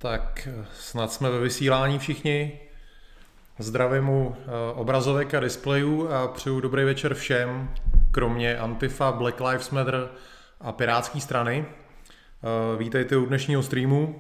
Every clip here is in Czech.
Tak snad jsme ve vysílání všichni. Zdravím u obrazovek a displejů a přeju dobrý večer všem, kromě Antifa, Black Lives Matter a Pirátské strany. Vítejte u dnešního streamu.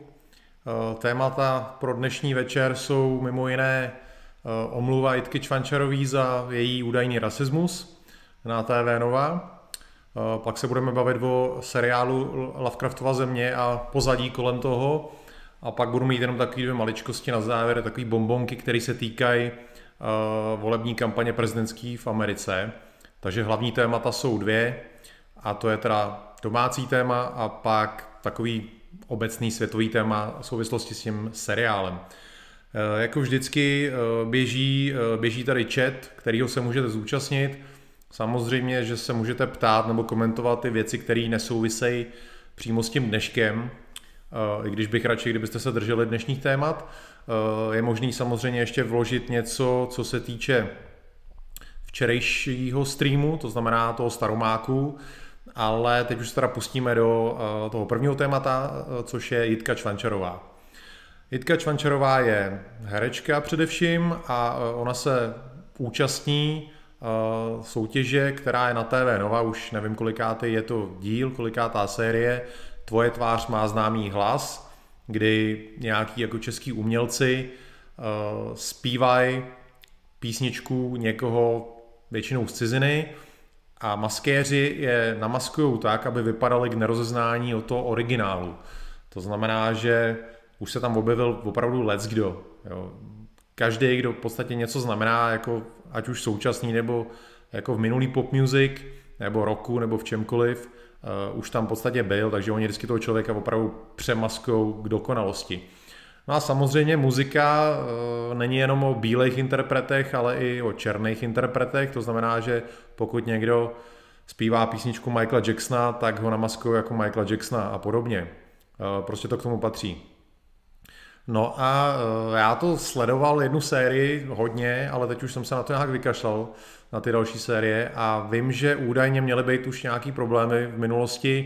Témata pro dnešní večer jsou mimo jiné omluva Jitky Čvančarové za její údajný rasismus na TV Nova. Pak se budeme bavit o seriálu Lovecraftova země a pozadí kolem toho. A pak budu mít jenom takové dvě maličkosti na závěr, takové bonbonky, které se týkají volební kampaně prezidentské v Americe. Takže hlavní témata jsou dvě, a to je teda domácí téma a pak takový obecný světový téma v souvislosti s tím seriálem. Jako vždycky běží tady chat, kterýho se můžete zúčastnit. Samozřejmě, že se můžete ptát nebo komentovat ty věci, které nesouvisejí přímo s tím dneškem, i když bych radši, kdybyste se drželi dnešních témat. Je možný samozřejmě ještě vložit něco, co se týče včerejšího streamu, to znamená toho Staromáku, ale teď už se teda pustíme do toho prvního témata, což je Jitka Čvančarová. Jitka Čvančarová je herečka především a ona se účastní soutěže, která je na TV Nova, už nevím kolikátý je to díl, kolikátá série, Tvoje tvář má známý hlas, kdy nějaký jako český umělci zpívají písničku někoho většinou z ciziny a maskéři je namaskujou tak, aby vypadali k nerozeznání od toho originálu. To znamená, že už se tam objevil opravdu leckdo. Každý, kdo v podstatě něco znamená, jako ať už současný nebo jako v minulý pop music, nebo rocku, nebo v čemkoliv, už tam v podstatě byl, takže oni vždycky toho člověka opravdu přemaskujou k dokonalosti. No a samozřejmě muzika není jenom o bílých interpretech, ale i o černých interpretech, to znamená, že pokud někdo zpívá písničku Michaela Jacksona, tak ho namaskují jako Michaela Jacksona a podobně. Prostě to k tomu patří. No a já to sledoval jednu sérii hodně, ale teď už jsem se na to nějak vykašlal, na ty další série, a vím, že údajně měly být už nějaký problémy v minulosti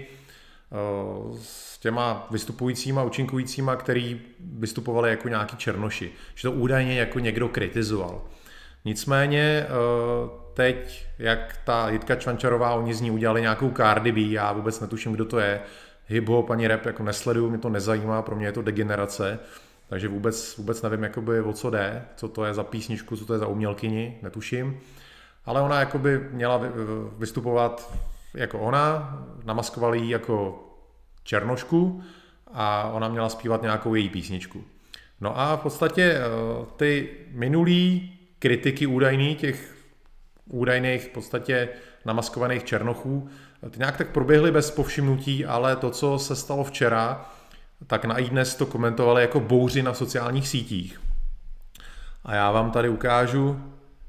s těma vystupujícíma, účinkujícíma, který vystupovali jako nějaký černoši. Že to údajně jako někdo kritizoval. Nicméně teď, jak ta Jitka Čvančarová, oni z ní udělali nějakou Cardi B, já vůbec netuším, kdo to je, hip-hop ani rap jako nesleduju, mě to nezajímá, pro mě je to degenerace, takže vůbec nevím, jakoby, o co jde, co to je za písničku, co to je za umělkyni, netuším. Ale ona jakoby měla vystupovat jako ona, namaskovali ji jako černošku a ona měla zpívat nějakou její písničku. No a v podstatě ty minulý kritiky údajný, těch údajných v podstatě namaskovaných černochů, ty nějak tak proběhly bez povšimnutí, ale to, co se stalo včera, tak na iDnes to komentovali jako bouři na sociálních sítích. A já vám tady ukážu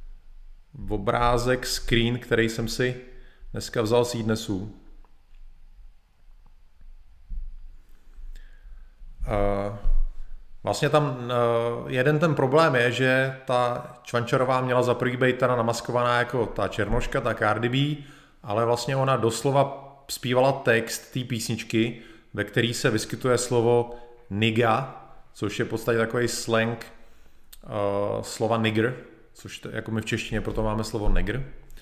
obrázek, screen, který jsem si dneska vzal z iDnesu. Vlastně tam jeden ten problém je, že ta Čvančarová měla za prvý být teda namaskovaná jako ta černoška, ta Cardi B, ale vlastně ona doslova zpívala text té písničky, ve který se vyskytuje slovo nigga, což je v podstatě takový slang slova nigger, což jako my v češtině proto máme slovo negr.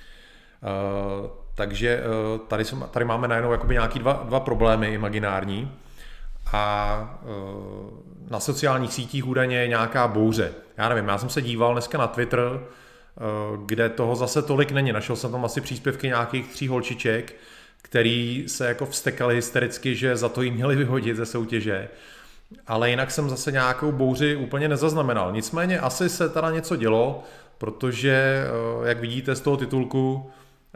Takže tady máme najednou jakoby nějaký dva problémy imaginární a na sociálních sítích údajně je nějaká bouře. Já nevím, já jsem se díval dneska na Twitter, kde toho zase tolik není. Našel jsem tam asi příspěvky nějakých 3 holčiček, který se jako vztekali hystericky, že za to jim měli vyhodit ze soutěže. Ale jinak jsem zase nějakou bouři úplně nezaznamenal. Nicméně asi se teda něco dělo, protože, jak vidíte z toho titulku,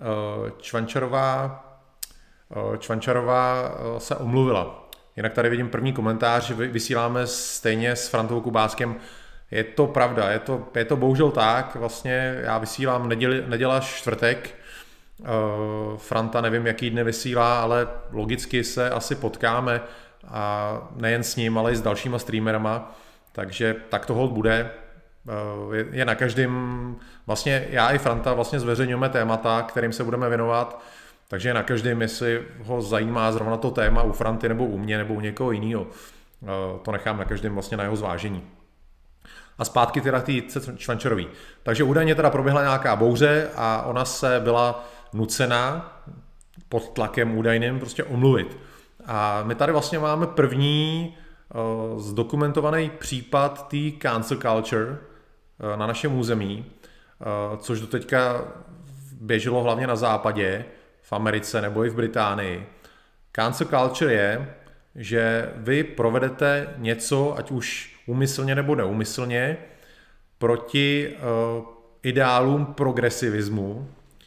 Čvančarová se omluvila. Jinak tady vidím první komentář, vysíláme stejně s Frantou Kubáskem. Je to pravda, je to bohužel tak, vlastně já vysílám neděle až čtvrtek, Franta nevím, jaký dny vysílá, ale logicky se asi potkáme a nejen s ním, ale i s dalšíma streamerama, takže tak to hold bude. Je na každém, vlastně já i Franta vlastně zveřejňujeme témata, kterým se budeme věnovat, takže je na každém, jestli ho zajímá zrovna to téma u Franty nebo u mě nebo u někoho jiného. to nechám na každém vlastně na jeho zvážení. A zpátky teda ty Jitce Čvančarový. Takže údajně teda proběhla nějaká bouře a ona se byla nucená pod tlakem údajným prostě omluvit. A my tady vlastně máme první zdokumentovaný případ té cancel culture na našem území, což doteďka běželo hlavně na západě, v Americe nebo i v Británii. Cancel culture je, že vy provedete něco, ať už úmyslně nebo neúmyslně, proti ideálům progresivismu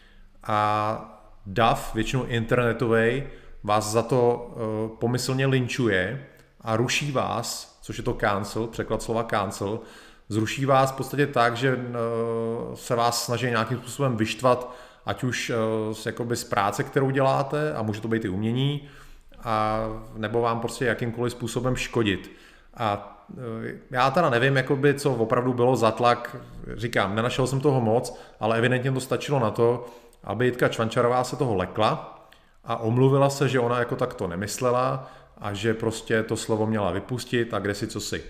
a DAF, většinou internetový, vás za to pomyslně lynčuje a ruší vás, což je to cancel, překlad slova cancel, zruší vás v podstatě tak, že se vás snaží nějakým způsobem vyštvat, ať už jakoby z práce, kterou děláte, a může to být i umění, a nebo vám prostě jakýmkoliv způsobem škodit. A já teda nevím, jakoby, co opravdu bylo za tlak, říkám, nenašel jsem toho moc, ale evidentně to stačilo na to, aby Jitka Čvančarová se toho lekla a omluvila se, že ona jako tak to nemyslela a že prostě to slovo měla vypustit a kde si co si.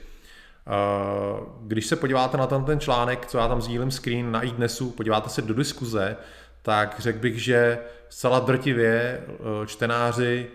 Když se podíváte na ten článek, co já tam sdílím screen na iDnesu, podíváte se do diskuze, tak řekl bych, že zcela drtivě čtenáři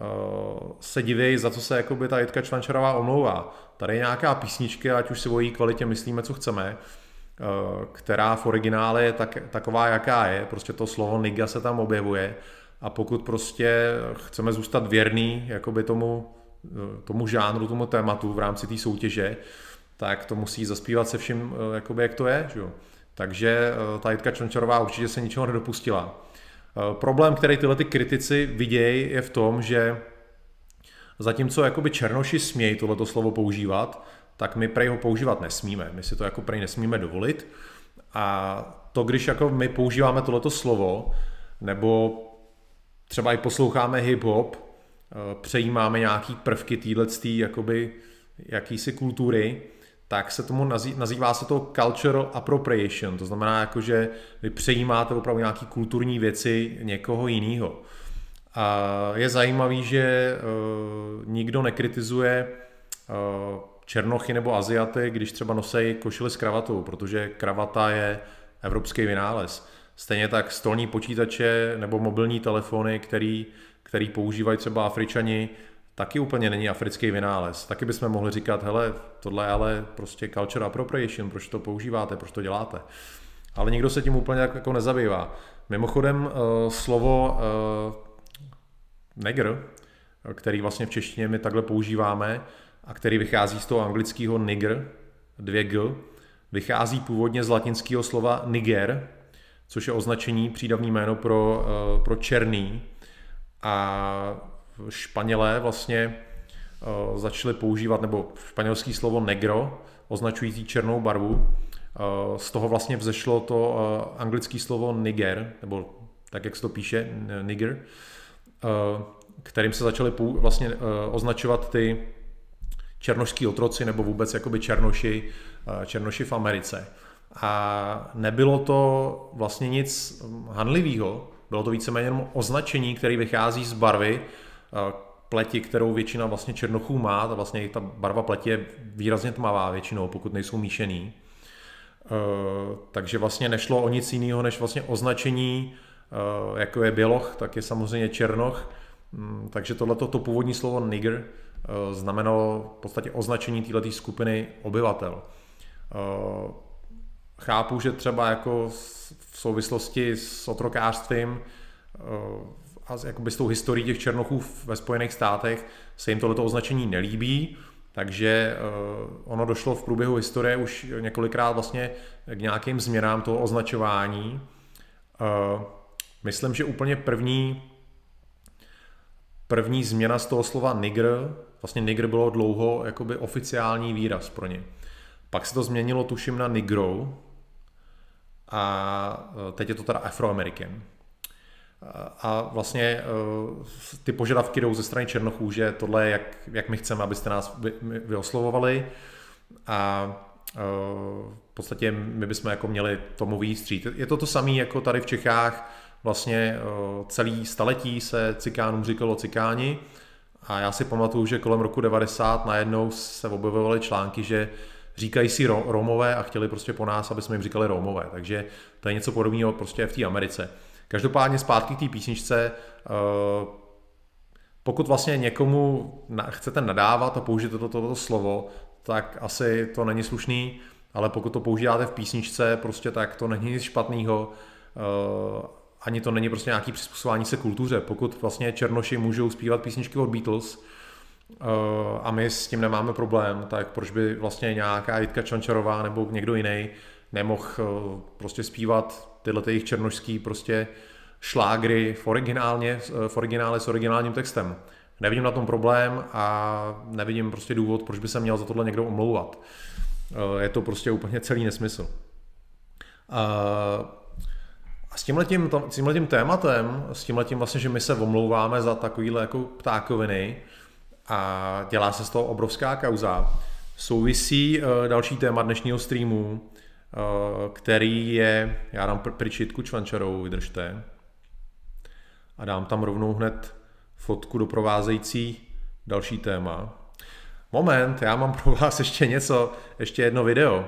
se divějí, za co se jakoby ta Jitka Čvančarová omlouvá. Tady je nějaká písnička, ať už si o její kvalitě myslíme, co chceme, která v originále je taková, jaká je. Prostě to slovo nigga se tam objevuje a pokud prostě chceme zůstat věrný jakoby tomu žánru, tomu tématu v rámci té soutěže, tak to musí zaspívat se vším, jakoby, jak to je. Že? Takže ta Jitka Čvančarová určitě se ničeho nedopustila. Problém, který tyhle ty kritici vidějí, je v tom, že zatímco jakoby černoši smějí tohleto slovo používat, tak my prej ho používat nesmíme. My si to jako prej nesmíme dovolit. A to, když jako my používáme tohleto slovo, nebo třeba i posloucháme hip-hop, přejímáme nějaký prvky téhletý jakoby jakýsi kultury, tak se tomu nazývá se to cultural appropriation. To znamená, jako, že vy přejímáte opravdu nějaký kulturní věci někoho jiného. A je zajímavý, že nikdo nekritizuje černochy nebo Aziaty, když třeba nosejí košili s kravatou, protože kravata je evropský vynález. Stejně tak stolní počítače nebo mobilní telefony, který používají třeba Afričani, taky úplně není africký vynález. Taky bychom mohli říkat, hele, tohle je ale prostě culture appropriation, proč to používáte, proč to děláte. Ale nikdo se tím úplně jako nezabývá. Mimochodem slovo negr, který vlastně v češtině my takhle používáme a který vychází z toho anglického nigger, 2G, vychází původně z latinského slova niger, což je označení, přídavný jméno pro černý. A Španělé vlastně začali používat, nebo španělský slovo negro, označující černou barvu. Z toho vlastně vzešlo to anglické slovo niger, nebo tak, jak se to píše, nigger, kterým se začali vlastně označovat ty černošský otroci, nebo vůbec jakoby černoši v Americe. A nebylo to vlastně nic hanlivého, bylo to víceméně jenom označení, které vychází z barvy pleti, kterou většina vlastně černochů má, a vlastně ta barva pleti je výrazně tmavá většinou, pokud nejsou míšený. Takže vlastně nešlo o nic jiného, než vlastně označení, jako je běloch, tak je samozřejmě černoch. Takže tohleto původní slovo nigger znamenalo v podstatě označení této skupiny obyvatel. Chápu, že třeba jako v souvislosti s otrokářstvím a jakoby s tou historií těch černochů ve Spojených státech se jim tohleto označení nelíbí, takže ono došlo v průběhu historie už několikrát vlastně k nějakým změnám toho označování. Myslím, že úplně první změna z toho slova nigger, vlastně nigger bylo dlouho jakoby oficiální výraz pro ně. Pak se to změnilo, tuším, na negro a teď je to teda Afroamerican. A vlastně ty požadavky jdou ze strany černochů, že tohle je, jak my chceme, abyste nás vyoslovovali a v podstatě my bychom jako měli tomu vyjít vstříc. Je to to samé jako tady v Čechách, vlastně celý staletí se cikánům říkalo cikáni A já si pamatuju, že kolem roku 90 najednou se objevovaly články, že říkají si Romové a chtěli prostě po nás, aby jsme jim říkali Romové. Takže to je něco podobného prostě v té Americe. Každopádně zpátky k té písničce, pokud vlastně někomu chcete nadávat a použijete toto slovo, tak asi to není slušný, ale pokud to používáte v písničce, prostě tak to není nic špatného, ani to není prostě nějaký přizpůsobování se kultuře. Pokud vlastně černoši můžou zpívat písničky od Beatles a my s tím nemáme problém, tak proč by vlastně nějaká Jitka Čvančarová nebo někdo jiný nemohl prostě zpívat tyhle jejich černošský prostě šlágry v originále s originálním textem. Nevidím na tom problém a nevidím prostě důvod, proč by se měl za tohle někdo omlouvat. Je to prostě úplně celý nesmysl. A s tímhletím tématem, s tímhletím vlastně, že my se omlouváme za takovýhle jako ptákoviny a dělá se z toho obrovská kauza, souvisí další téma dnešního streamu, který je, já dám pryč Jitku Čvančarovou, vydržte, a dám tam rovnou hned fotku doprovázející další téma. Moment, já mám pro vás ještě jedno video.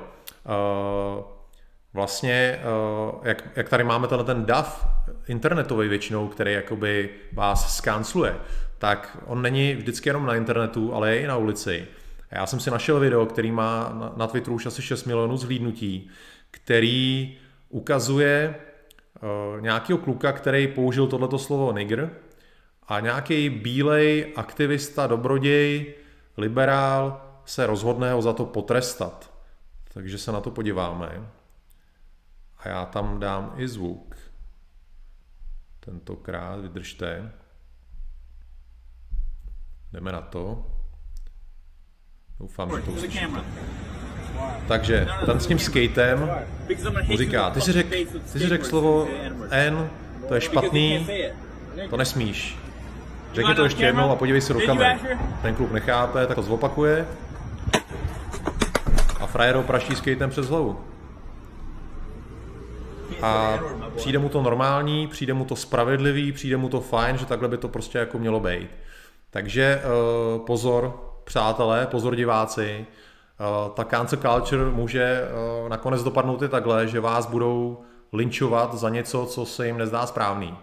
Vlastně, jak tady máme ten DAF internetový většinou, který jakoby vás skanceluje, tak on není vždycky jenom na internetu, ale je i na ulici. Já jsem si našel video, který má na Twitteru už asi 6 milionů zhlídnutí, který ukazuje nějakého kluka, který použil tohleto slovo nigger, a nějaký bílej aktivista, dobroděj, liberál se rozhodne ho za to potrestat. Takže se na to podíváme. A já tam dám i zvuk. Tentokrát vydržte. Jdeme na to. Doufám, že to uslyšíte. Takže ten s tím skatem mu říká, ty si řekl slovo N, to je špatný, to nesmíš. Řekni to ještě jednou a podívej si do kamery. Ten kluk nechápe, tak to zopakuje a frajer ho praští skatem přes hlavu. A přijde mu to normální, přijde mu to spravedlivý, přijde mu to fajn, že takhle by to prostě jako mělo být. Takže pozor přátelé, pozor diváci, ta cancel culture může nakonec dopadnout i takhle, že vás budou lynčovat za něco, co se jim nezdá správný.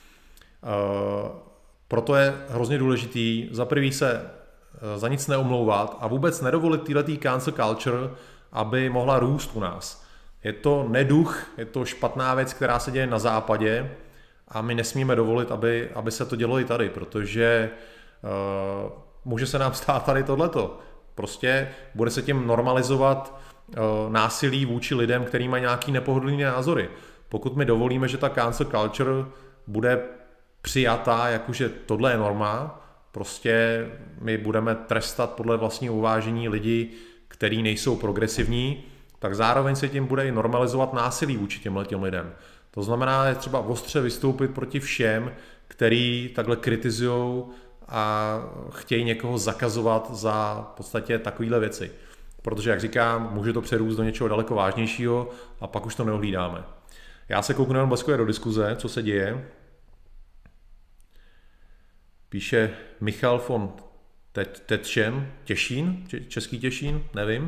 Proto je hrozně důležitý za prvý se za nic neomlouvat a vůbec nedovolit této cancel culture, aby mohla růst u nás. Je to neduch, je to špatná věc, která se děje na západě a my nesmíme dovolit, aby se to dělo i tady, protože může se nám stát tady tohleto. Prostě bude se tím normalizovat násilí vůči lidem, kteří mají nějaký nepohodlný názory. Pokud my dovolíme, že ta cancel culture bude přijatá, jakože tohle je norma, prostě my budeme trestat podle vlastního uvážení lidi, kteří nejsou progresivní, tak zároveň se tím bude i normalizovat násilí vůči těm lidem. To znamená, je třeba ostře vystoupit proti všem, kteří takhle kritizujou a chtějí někoho zakazovat za v podstatě takovéhle věci. Protože, jak říkám, může to přerůst do něčeho daleko vážnějšího a pak už to neohlídáme. Já se kouknu jenom bleskově do diskuze, co se děje. Píše Michal von Těšín, český Těšín, nevím.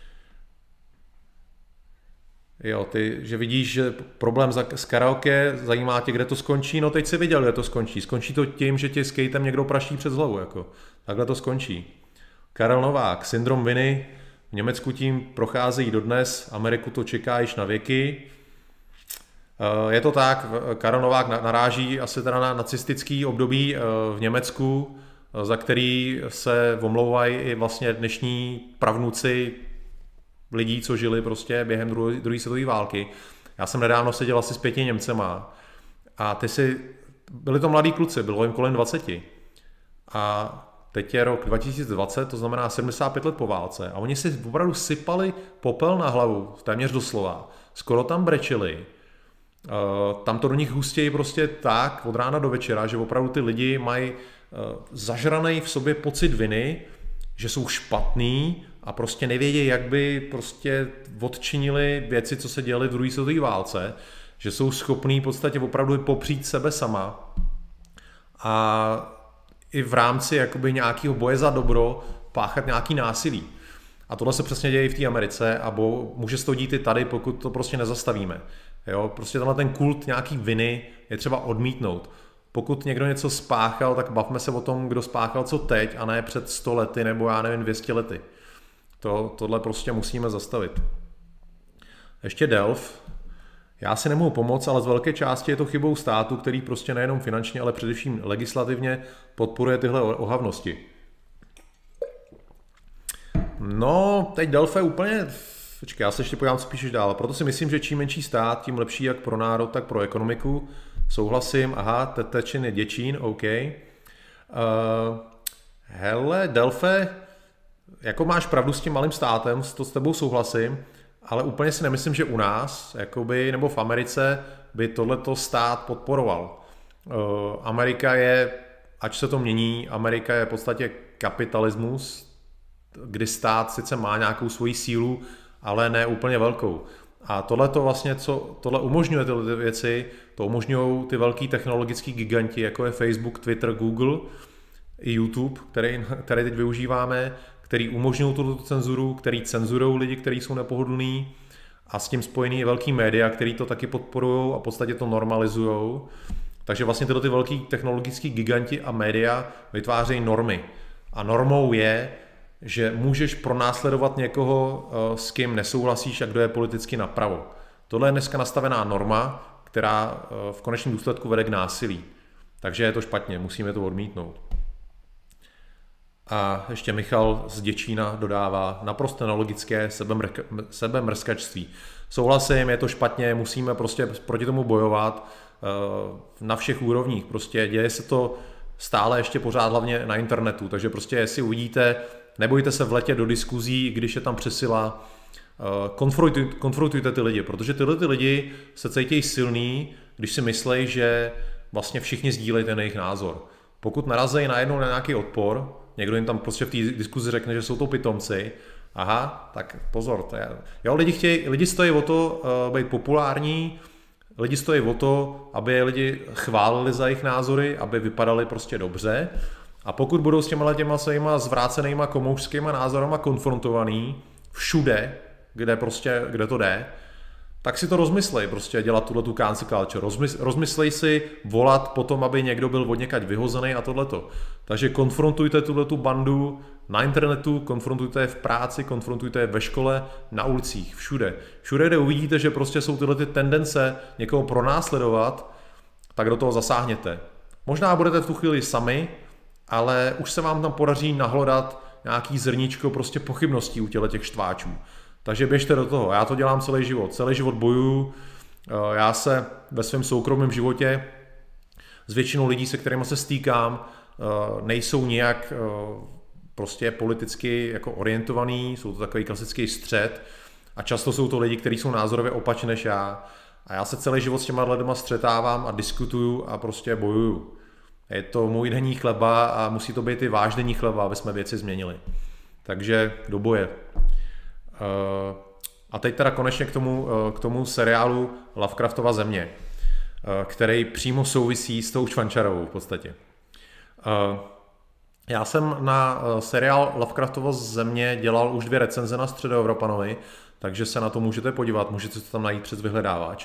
Jo, že vidíš, že problém s karaoke, zajímá tě, kde to skončí, no teď jsi viděl, kde to skončí. Skončí to tím, že tě skatem někdo praští přes hlavu, jako. Takhle to skončí. Karel Novák, syndrom viny, v Německu tím procházejí dodnes, Ameriku to čeká již na věky. Je to tak, Karel Novák naráží asi teda na nacistický období v Německu, za který se omlouvají i vlastně dnešní pravnuci lidí, co žili prostě během druhé světové války. Já jsem nedávno seděl asi s 5 Němcema a byli to mladí kluci, bylo jim kolem 20. A teď je rok 2020, to znamená 75 let po válce a oni si opravdu sypali popel na hlavu, téměř doslova. Skoro tam brečeli. Tam to do nich hustějí prostě tak od rána do večera, že opravdu ty lidi mají zažranej v sobě pocit viny, že jsou špatný a prostě nevědějí, jak by prostě odčinili věci, co se děly v druhé světové válce, že jsou schopní v podstatě opravdu popřít sebe sama. A i v rámci jakoby nějakého boje za dobro páchat nějaký násilí. A tohle se přesně děje i v té Americe a může se to dít i tady, pokud to prostě nezastavíme. Jo? Prostě tenhle ten kult nějaký viny je třeba odmítnout. Pokud někdo něco spáchal, tak bavme se o tom, kdo spáchal co teď a ne před 100 lety nebo já nevím 200 lety. Tohle prostě musíme zastavit. Ještě Delf. Já si nemohu pomoct, ale z velké části je to chybou státu, který prostě nejenom finančně, ale především legislativně podporuje tyhle ohavnosti. No, teď Delfe úplně... Počkej, já se ještě podívám, co píšeš dál. Proto si myslím, že čím menší stát, tím lepší jak pro národ, tak pro ekonomiku. Souhlasím, aha, Tetečin je Děčín, OK. Hele, Delfe, jako máš pravdu s tím malým státem, to s tebou souhlasím, ale úplně si nemyslím, že u nás, jakoby, nebo v Americe, by tohleto stát podporoval. Amerika je, ač se to mění, Amerika je v podstatě kapitalismus, kdy stát sice má nějakou svoji sílu, ale ne úplně velkou. A tohle umožňuje tyhle věci, to umožňují ty velký technologický giganti, jako je Facebook, Twitter, Google i YouTube, který teď využíváme, který umožňují tuto cenzuru, který cenzurují lidi, kteří jsou nepohodlní a s tím spojený je velký média, který to taky podporují a v podstatě to normalizují. Takže vlastně tyhle ty velký technologický giganti a média vytvářejí normy. A normou je, že můžeš pronásledovat někoho, s kým nesouhlasíš a kdo je politicky napravo. Tohle je dneska nastavená norma, která v konečném důsledku vede k násilí. Takže je to špatně, musíme to odmítnout. A ještě Michal z Děčína dodává naprosto nelogické sebemrskačství. Souhlasím, je to špatně, musíme prostě proti tomu bojovat na všech úrovních. Prostě děje se to stále ještě pořád hlavně na internetu, takže prostě jestli uvidíte, nebojte se vletět do diskuzí, když je tam přesila, konfrontujte ty lidi, protože tyhle ty lidi se cítí silný, když si myslejí, že vlastně všichni sdílejí ten jejich názor. Pokud narazí najednou na nějaký odpor, někdo jim tam prostě v té diskuzi řekne, že jsou to pitomci, aha, tak pozor. Jo, lidi stojí o to být populární, lidi stojí o to, aby je lidi chválili za jejich názory, aby vypadali prostě dobře. A pokud budou s těma svýma zvrácenýma komoušskýma názorama konfrontovaný všude, kde to jde, tak si to rozmyslej, prostě dělat tuhletu cancel culture. Rozmyslej si volat potom, aby někdo byl odněkať vyhozený a tohleto. Takže konfrontujte tuhletu bandu na internetu, konfrontujte je v práci, konfrontujte je ve škole, na ulicích, všude. Všude, kde uvidíte, že prostě jsou tyhle ty tendence někoho pronásledovat, tak do toho zasáhněte. Možná budete v tu chvíli sami, ale už se vám tam podaří nahlodat nějaký zrníčko prostě pochybností u těch štváčů. Takže běžte do toho. Já to dělám celý život. Celý život bojuju. Já se ve svém soukromém životě s většinou lidí, se kterými se stýkám, nejsou nijak prostě politicky jako orientovaný, jsou to takový klasický střet a často jsou to lidi, kteří jsou názorově opačně než já. A já se celý život s těma lidma střetávám a diskutuju a prostě bojuju. Je to můj denní chleba a musí to být i váš denní chleba, aby jsme věci změnili. Takže do boje. A teď teda konečně k tomu seriálu Lovecraftova země, který přímo souvisí s tou Švančarovou v podstatě. Já jsem na seriál Lovecraftova země dělal už 2 recenze na Středoevropanovi, takže se na to můžete podívat, můžete to tam najít přes vyhledávač.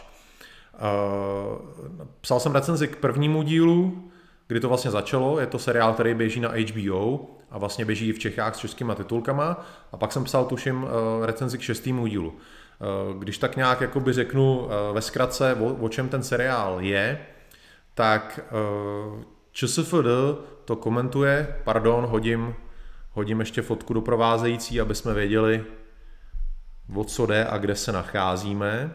Psal jsem recenzi k prvnímu dílu, kdy to vlastně začalo, je to seriál, který běží na HBO a vlastně běží v Čechách s českýma titulkama a pak jsem psal, tuším, recenzi k 6. dílu. Když tak nějak jakoby řeknu ve zkratce, o čem ten seriál je, tak ČSFD to komentuje, hodím ještě fotku doprovázející, aby jsme věděli, o co jde a kde se nacházíme.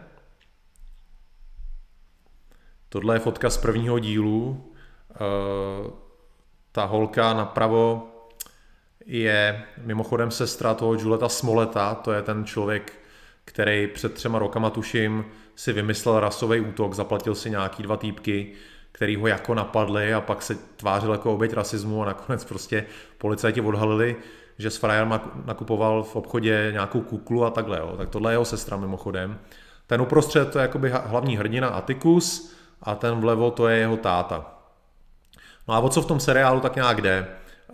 Tohle je fotka z prvního dílu. Ta holka napravo je mimochodem sestra toho Juleta Smoleta, to je ten člověk, který před 3 rokama tuším si vymyslel rasový útok, zaplatil si nějaký 2 týpky, který ho jako napadli a pak se tvářil jako oběť rasismu a nakonec prostě policajti odhalili, že s frajerem nakupoval v obchodě nějakou kuklu a takhle. Jo. Tak tohle je jeho sestra mimochodem. Ten uprostřed to je jakoby hlavní hrdina Atticus a ten vlevo to je jeho táta. No a o co v tom seriálu tak nějak jde?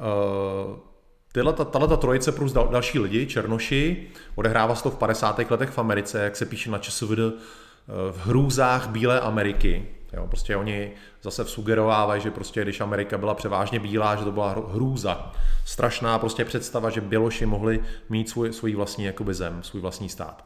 Tato trojice plus další lidi, černoši, odehrává se to v 50. letech v Americe, jak se píše na ČSVD, v hrůzách bílé Ameriky. Jo, prostě oni zase sugerovávají, že prostě když Amerika byla převážně bílá, že to byla hrůza. Strašná prostě představa, že Běloši mohli mít svůj vlastní jakoby zem, svůj vlastní stát.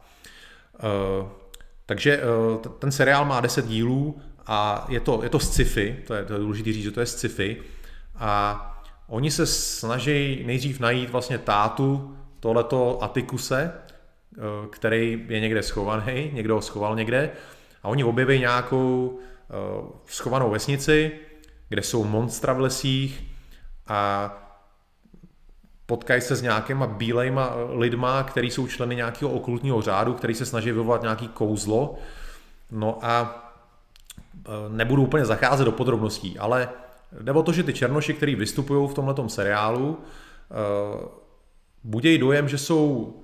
Takže ten seriál má 10 dílů a je to sci-fi, to je důležité říct, že to je sci-fi. A oni se snaží nejdřív najít vlastně tátu tohleto Atticuse, který je někde schovaný, někdo ho schoval někde, a oni objeví nějakou schovanou vesnici, kde jsou monstra v lesích a potkají se s nějakýma bílejma lidma, který jsou členy nějakého okultního řádu, který se snaží vyvolat nějaký kouzlo. No a nebudu úplně zacházet do podrobností, ale jde o to, že ty černoši, kteří vystupují v tomhletom seriálu, budějí dojem, že jsou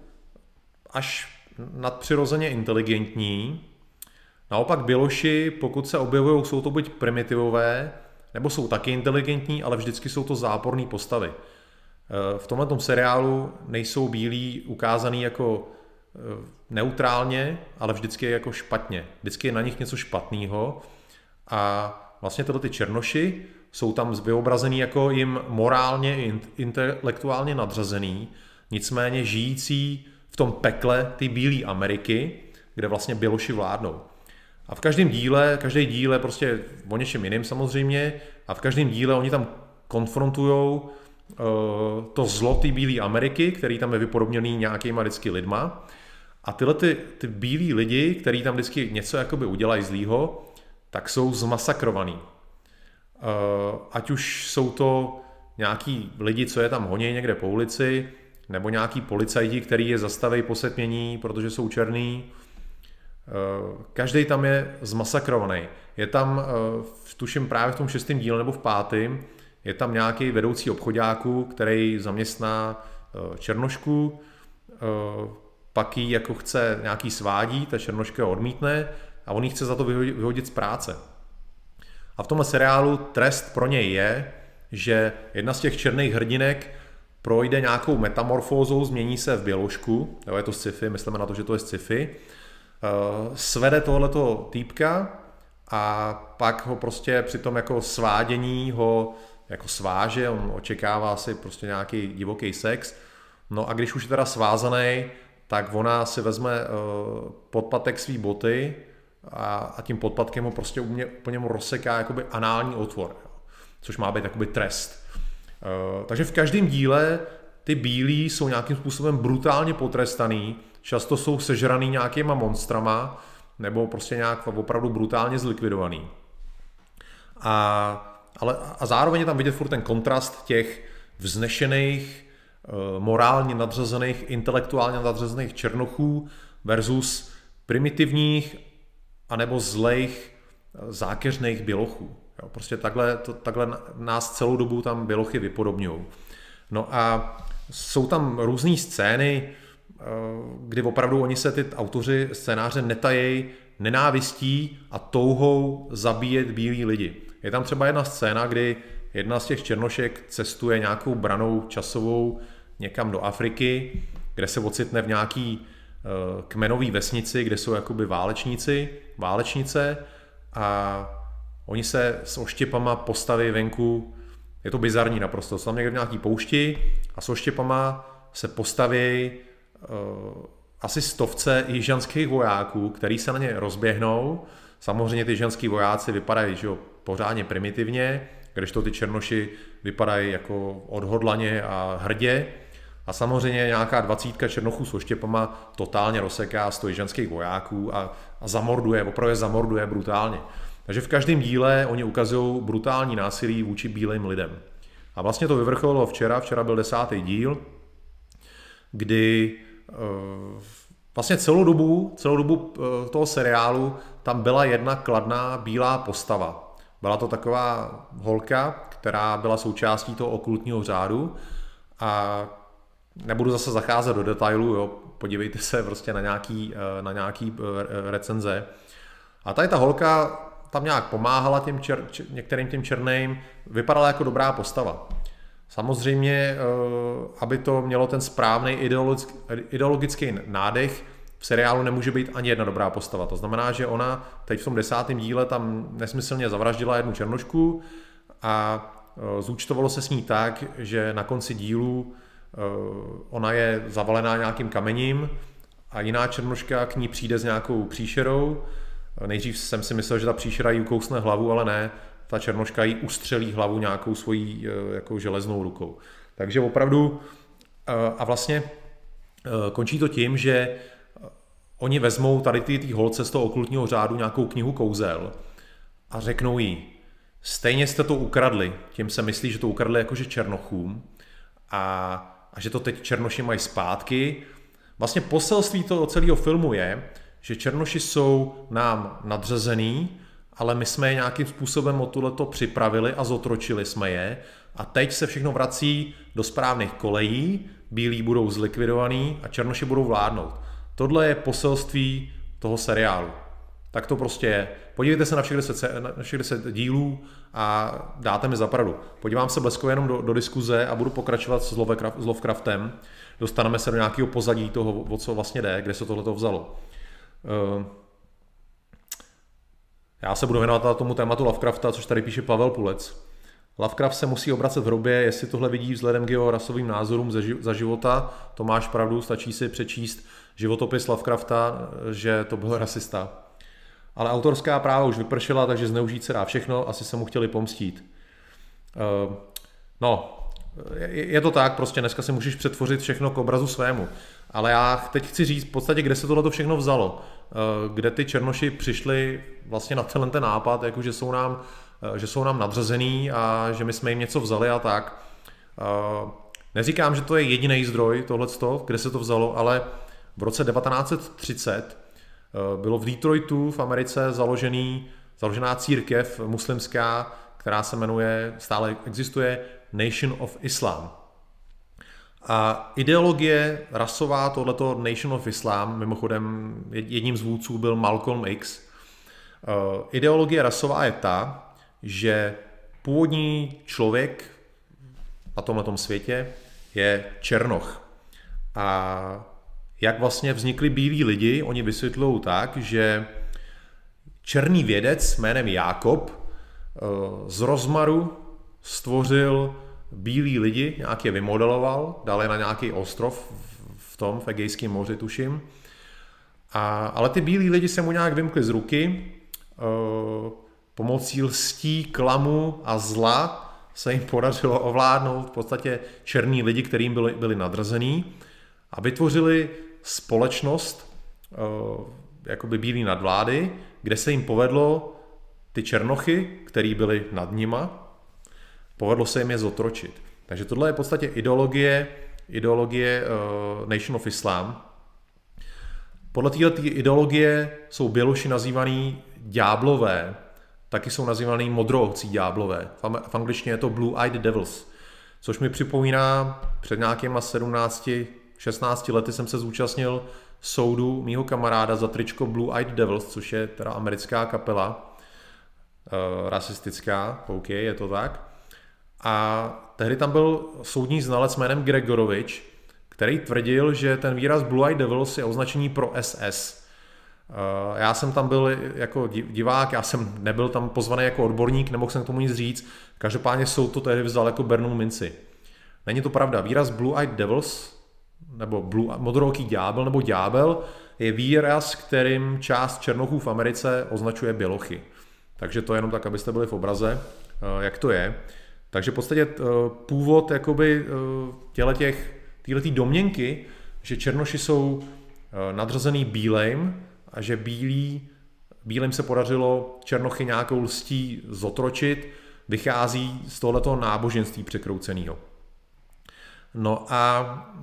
až nadpřirozeně inteligentní. Naopak Běloši, pokud se objevují, jsou to buď primitivové, nebo jsou taky inteligentní, ale vždycky jsou to záporné postavy. V tomhletom seriálu nejsou bílí ukázaný jako neutrálně, ale vždycky jako špatně. Vždycky je na nich něco špatného a vlastně tyhle ty černoši jsou tam vyobrazený jako jim morálně i intelektuálně nadřazený, nicméně žijící v tom pekle ty bílé Ameriky, kde vlastně Běloši vládnou. A v každém díle, každý díl je prostě o něčem jiným samozřejmě, a v každém díle oni tam konfrontujou to zlo té bílé Ameriky, který tam je vypodobněný nějakýma vždycky lidma. A tyhle ty bílí lidi, který tam vždycky něco jakoby udělají zlýho, tak jsou zmasakrovaný. Ať už jsou to nějaký lidi, co je tam honí někde po ulici, nebo nějaký policajti, který je zastaví po setmění, protože jsou černý. Každý tam je zmasakrovaný. Je tam, tuším právě v tom 6. díle nebo v 5. je tam nějaký vedoucí obchodáků, který zaměstná černošku, pak jí jako chce nějaký svádí, ta černoška ho odmítne a on jí chce za to vyhodit z práce. A v tomhle seriálu trest pro něj je, že jedna z těch černých hrdinek projde nějakou metamorfózou, změní se v bělošku, je to sci-fi, myslíme na to, že to je sci-fi, svede tohleto týpka a pak ho prostě při tom jako svádění ho jako sváže, on očekává si prostě nějaký divoký sex, no a když už je teda svázaný, tak ona si vezme podpatek svý boty a tím podpatkem ho prostě úplně mu rozseká jakoby anální otvor, což má být jakoby trest. Takže v každém díle ty bílí jsou nějakým způsobem brutálně potrestaný, často jsou sežraný nějakýma monstrama nebo prostě nějak opravdu brutálně zlikvidovaný. A zároveň je tam vidět furt ten kontrast těch vznešených, morálně nadřazených, intelektuálně nadřazených černochů versus primitivních anebo zlejch, zákeřných bělochů. Jo, prostě takhle nás celou dobu tam bělochy vypodobňují. No a jsou tam různé scény, kdy opravdu oni se ty autoři scénáře netají nenávistí a touhou zabíjet bílí lidi. Je tam třeba jedna scéna, kdy jedna z těch černošek cestuje nějakou branou časovou někam do Afriky, kde se ocitne v nějaký kmenový vesnici, kde jsou jakoby válečnice a oni se s oštěpama postaví venku, je to bizarní naprosto, jsou tam někde v nějaký poušti a s oštěpama se postaví asi 100 jižanských vojáků, který se na ně rozběhnou. Samozřejmě ty jižanský vojáci vypadají pořádně primitivně, kdežto ty černoši vypadají jako odhodlaně a hrdě. A samozřejmě nějaká 20 černochů s oštěpama totálně rozseká 100 jižanských vojáků a opravdu zamorduje brutálně. Takže v každém díle oni ukazují brutální násilí vůči bílým lidem. A vlastně to vyvrcholilo včera byl 10. díl, kdy vlastně celou dobu toho seriálu tam byla jedna kladná bílá postava. Byla to taková holka, která byla součástí toho okultního řádu a nebudu zase zacházet do detailu, jo, podívejte se prostě na nějaký recenze. A tady ta holka tam nějak pomáhala některým těm černým, vypadala jako dobrá postava. Samozřejmě, aby to mělo ten správný ideologický nádech, v seriálu nemůže být ani jedna dobrá postava. To znamená, že ona teď v tom 10. díle tam nesmyslně zavraždila jednu černošku a zúčtovalo se s ní tak, že na konci dílu ona je zavalená nějakým kamením a jiná černoška k ní přijde s nějakou příšerou. Nejdřív jsem si myslel, že ta příšera jí ukousne hlavu, ale ne. Ta černoška jí ustřelí hlavu nějakou svojí jako železnou rukou. Takže opravdu a vlastně končí to tím, že oni vezmou tady ty holce z toho okultního řádu nějakou knihu kouzel a řeknou jí, stejně jste to ukradli, tím se myslí, že to ukradli jakože černochům a že to teď černoši mají zpátky. Vlastně poselství toho celého filmu je, že černoši jsou nám nadřazený, ale my jsme je nějakým způsobem o tohleto připravili a zotročili jsme je a teď se všechno vrací do správných kolejí, bílí budou zlikvidovaný a černoši budou vládnout. Tohle je poselství toho seriálu. Tak to prostě je. Podívejte se na všech 10 dílů a dáte mi za pravdu. Podívám se bleskově jenom do diskuze a budu pokračovat s Lovecraftem. Dostaneme se do nějakého pozadí toho, o co vlastně jde, kde se tohleto vzalo. Já se budu věnovat tomu tématu Lovecrafta, což tady píše Pavel Pulec. Lovecraft se musí obracet v hrobě, jestli tohle vidí vzhledem k jeho rasovým názorům za života. To máš pravdu, stačí si přečíst životopis Lovecrafta, že to byl rasista. Ale autorská práva už vypršela, takže zneužít se dá všechno, asi se mu chtěli pomstít. Je to tak, prostě dneska si můžeš přetvořit všechno k obrazu svému. Ale já teď chci říct v podstatě, kde se tohleto všechno vzalo. Kde ty černoši přišli vlastně na ten nápad, jako že jsou nám nadřazený a že my jsme jim něco vzali a tak. Neříkám, že to je jediný zdroj tohleto, kde se to vzalo, ale v roce 1930 bylo v Detroitu v Americe založená církev muslimská, která se jmenuje, stále existuje, Nation of Islam. A ideologie rasová tohleto Nation of Islam, mimochodem jedním z vůdců byl Malcolm X, ideologie rasová je ta, že původní člověk na tomhletom světě je černoch. A jak vlastně vznikli bílí lidi, oni vysvětlují tak, že černý vědec jménem Jákob z rozmaru stvořil bílí lidi, nějak je vymodeloval, dal je na nějaký ostrov v Egejském moři, tuším. Ale ty bílí lidi se mu nějak vymkli z ruky, pomocí lstí, klamu a zla se jim podařilo ovládnout v podstatě černí lidi, kterým byli nadřazený a vytvořili společnost, jakoby bílí nadvlády, kde se jim povedlo ty černochy, který byli nad nima, povedlo se jim je zotročit. Takže tohle je v podstatě ideologie Nation of Islam. Podle této ideologie jsou Běloši nazývaný ďáblové, taky jsou nazývaný modroohcí ďáblové. V angličtině je to Blue-Eyed Devils, což mi připomíná před nějakýma 16 lety jsem se zúčastnil soudu mýho kamaráda za tričko Blue-Eyed Devils, což je teda americká kapela, rasistická, OK, je to tak. A tehdy tam byl soudní znalec jménem Gregorovič, který tvrdil, že ten výraz Blue-Eyed Devils je označení pro SS. Já jsem tam byl jako divák, já jsem nebyl tam pozvaný jako odborník, nemohl jsem k tomu nic říct, každopádně soud to tehdy vzal jako bernou minci. Není to pravda, výraz Blue-Eyed Devils, nebo modrooký ďábel nebo ďábel, je výraz, kterým část černochů v Americe označuje bělochy. Takže to je jenom tak, abyste byli v obraze, jak to je. Takže v podstatě původ jakoby téhletý domněnky, že černoši jsou nadřazený bílejm a že bílým se podařilo černochy nějakou lstí zotročit, vychází z tohletoho náboženství překrouceného. No a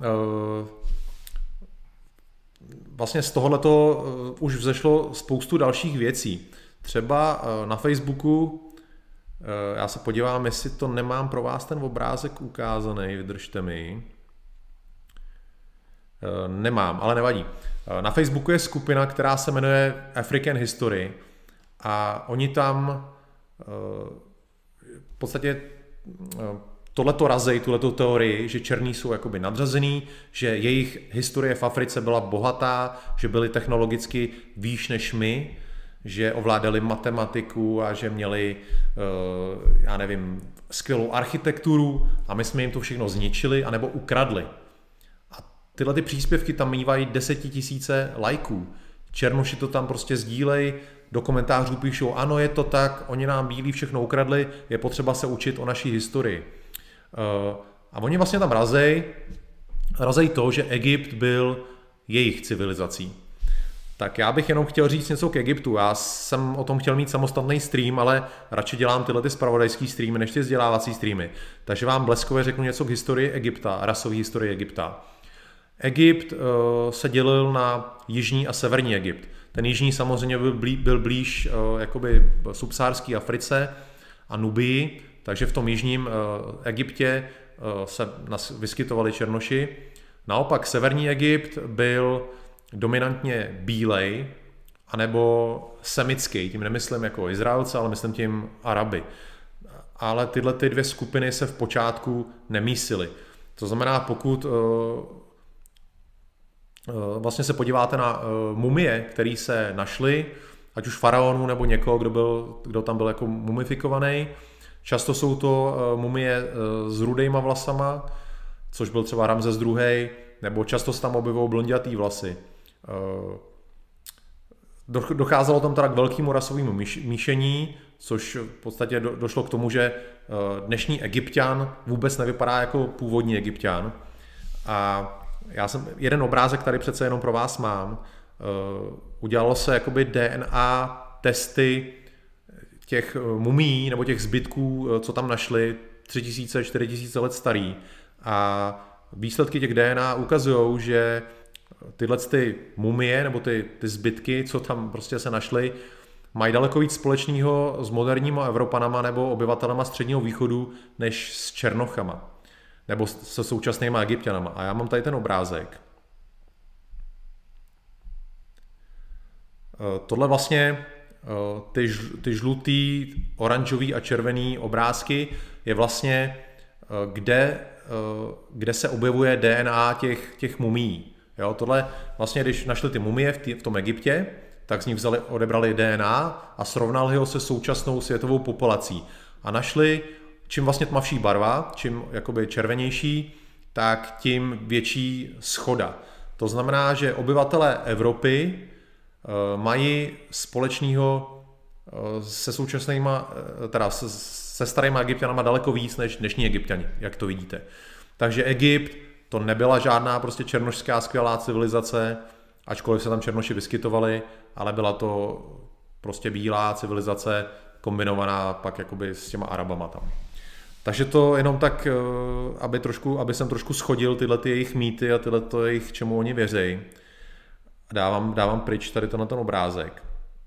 vlastně z tohoto už vzešlo spoustu dalších věcí. Třeba na Facebooku, já se podívám, jestli to nemám pro vás ten obrázek ukázaný, vydržte mi. Nemám, ale nevadí. Na Facebooku je skupina, která se jmenuje African History A oni tam v podstatě tohleto razej, tuhleto teorii, že černí jsou jakoby nadřazený, že jejich historie v Africe byla bohatá, že byli technologicky výš než my, že ovládali matematiku a že měli, já nevím, skvělou architekturu a my jsme jim to všechno zničili anebo ukradli. A tyhle ty příspěvky tam mývají 10 000 lajků. Černoši to tam prostě sdílej, do komentářů píšou, ano, je to tak, oni nám bílí všechno ukradli, je potřeba se učit o naší historii. A oni vlastně tam razej to, že Egypt byl jejich civilizací. Tak já bych jenom chtěl říct něco k Egyptu. Já jsem o tom chtěl mít samostatný stream, ale radši dělám tyhle ty zpravodajský streamy, než ty vzdělávací streamy. Takže vám bleskově řeknu něco k historii Egypta, rasové historii Egypta. Egypt se dělil na jižní a severní Egypt. Ten jižní samozřejmě byl blíž jakoby subsaharské Africe a Nubii, takže v tom jižním Egyptě se vyskytovali černoši. Naopak severní Egypt byl dominantně bílej, anebo semický, tím nemyslím jako Izraelce, ale myslím tím Araby. Ale tyhle ty dvě skupiny se v počátku nemísily. To znamená, pokud vlastně se podíváte na mumie, které se našly, ať už faraonů nebo někoho, kdo tam byl jako mumifikovaný, často jsou to mumie s rudejma vlasama, což byl třeba Ramzes II., nebo často se tam objevují blondětý vlasy. Docházelo tam teda k velkému rasovému míšení, což v podstatě došlo k tomu, že dnešní Egypťan vůbec nevypadá jako původní Egypťan. A já jsem jeden obrázek tady přece jenom pro vás mám. Udělalo se jakoby DNA testy těch mumí nebo těch zbytků, co tam našli, 3000, 4000 let starý. A výsledky těch DNA ukazují, že tyhle ty mumie nebo ty zbytky, co tam prostě se našly, mají daleko víc společného s moderníma Evropanama nebo obyvatelama Středního východu než s Černochama nebo se současnýma Egypťanama. A já mám tady ten obrázek. Tohle vlastně ty žlutý, oranžový a červený obrázky je vlastně, kde se objevuje DNA těch mumií. Jo, tohle vlastně, když našli ty mumie v tom Egyptě, tak z nich odebrali DNA a srovnali ho se současnou světovou populací. A našli, čím vlastně tmavší barva, čím jakoby červenější, tak tím větší shoda. To znamená, že obyvatelé Evropy mají společného se současnýma, teda se starýma Egypťanama daleko víc než dnešní Egypťani, jak to vidíte. Takže Egypt to nebyla žádná prostě černošská skvělá civilizace, ačkoliv se tam černoši vyskytovali, ale byla to prostě bílá civilizace kombinovaná pak jakoby s těma Arabama tam. Takže to jenom tak, aby jsem trošku schodil tyhle ty jejich mýty a tyhle to jejich, čemu oni věří. Dávám pryč tady ten obrázek.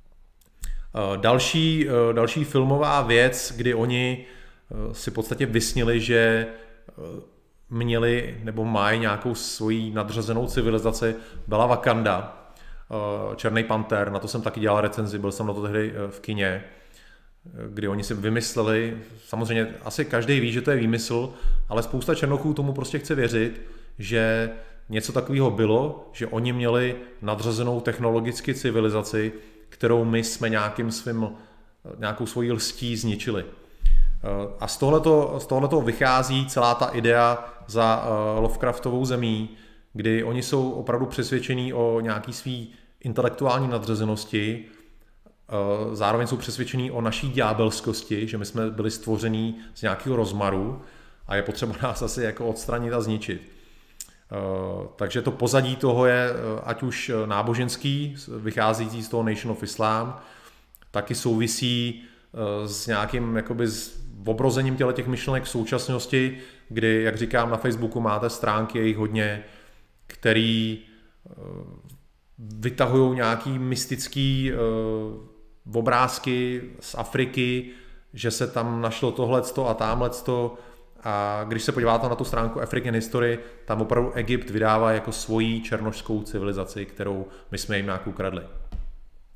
Další filmová věc, kdy oni si v podstatě vysnili, že měli nebo mají nějakou svoji nadřazenou civilizaci, byla Wakanda, Černý panter, na to jsem taky dělal recenzi, byl jsem na to tehdy v kině, kdy oni si vymysleli, samozřejmě asi každý ví, že to je výmysl, ale spousta Černochů tomu prostě chce věřit, že něco takového bylo, že oni měli nadřazenou technologicky civilizaci, kterou my jsme nějakou svojí lstí zničili. A z tohletoho vychází celá ta idea za Lovecraftovou zemí, kdy oni jsou opravdu přesvědčení o nějaký svý intelektuální nadřazenosti, zároveň jsou přesvědčení o naší ďábelskosti, že my jsme byli stvoření z nějakého rozmaru a je potřeba nás asi jako odstranit a zničit. Takže to pozadí toho je ať už náboženský, vycházející z toho Nation of Islam, taky souvisí s nějakým jakoby obrozením těch myšlenek v současnosti, kdy, jak říkám, na Facebooku máte stránky, jejich hodně, který vytahují nějaký mystický obrázky z Afriky, že se tam našlo tohleto a támhleto. A když se podíváte na tu stránku African History, tam opravdu Egypt vydává jako svoji černošskou civilizaci, kterou my jsme jim nějak ukradli.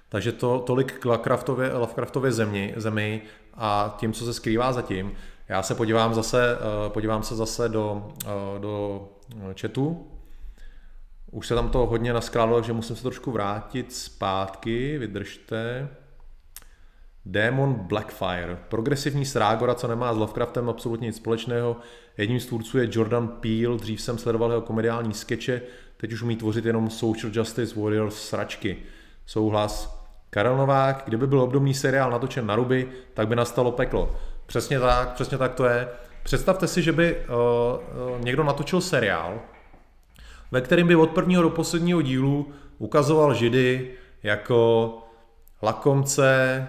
Takže tolik k Lovecraftově zemi a tím, co se skrývá zatím. Já se podívám se zase do chatu. Už se tam to hodně naskrálilo, takže musím se trošku vrátit zpátky, vydržte. Demon Blackfire. Progresivní srágora, co nemá s Lovecraftem absolutně nic společného. Jedním z tvůrců je Jordan Peele, dřív jsem sledoval jeho komediální skeče, teď už umí tvořit jenom Social Justice Warriors sračky. Souhlas. Karel Novák, kdyby byl obdobný seriál natočen na ruby, tak by nastalo peklo. Přesně tak to je. Představte si, že by někdo natočil seriál, ve kterém by od prvního do posledního dílu ukazoval Židy jako lakomce,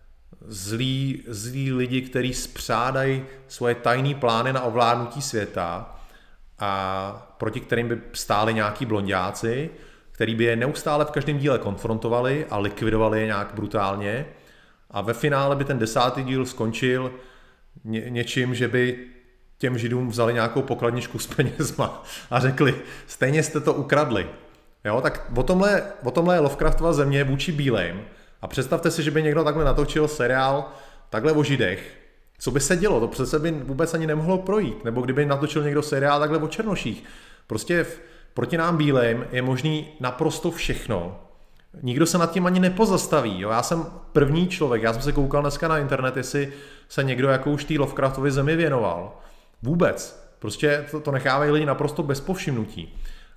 zlí lidi, kteří spřádají svoje tajné plány na ovládnutí světa a proti kterým by stáli nějaký blonďáci, který by je neustále v každém díle konfrontovali a likvidovali je nějak brutálně. A ve finále by ten 10. díl skončil něčím, že by těm Židům vzali nějakou pokladničku s penězma a řekli, stejně jste to ukradli. Jo, tak o tomhle je Lovecraftova země vůči bílým. A představte si, že by někdo takhle natočil seriál takhle o Židech. Co by se dělo? To přece by vůbec ani nemohlo projít. Nebo kdyby natočil někdo seriál takhle o černoších. Prostě proti nám bílým je možný naprosto všechno. Nikdo se nad tím ani nepozastaví. Jo? Já jsem první člověk, já jsem se koukal dneska na internet, jestli se někdo jako už té Lovecraftově zemi věnoval. Vůbec. Prostě to nechávají lidi naprosto bez povšimnutí.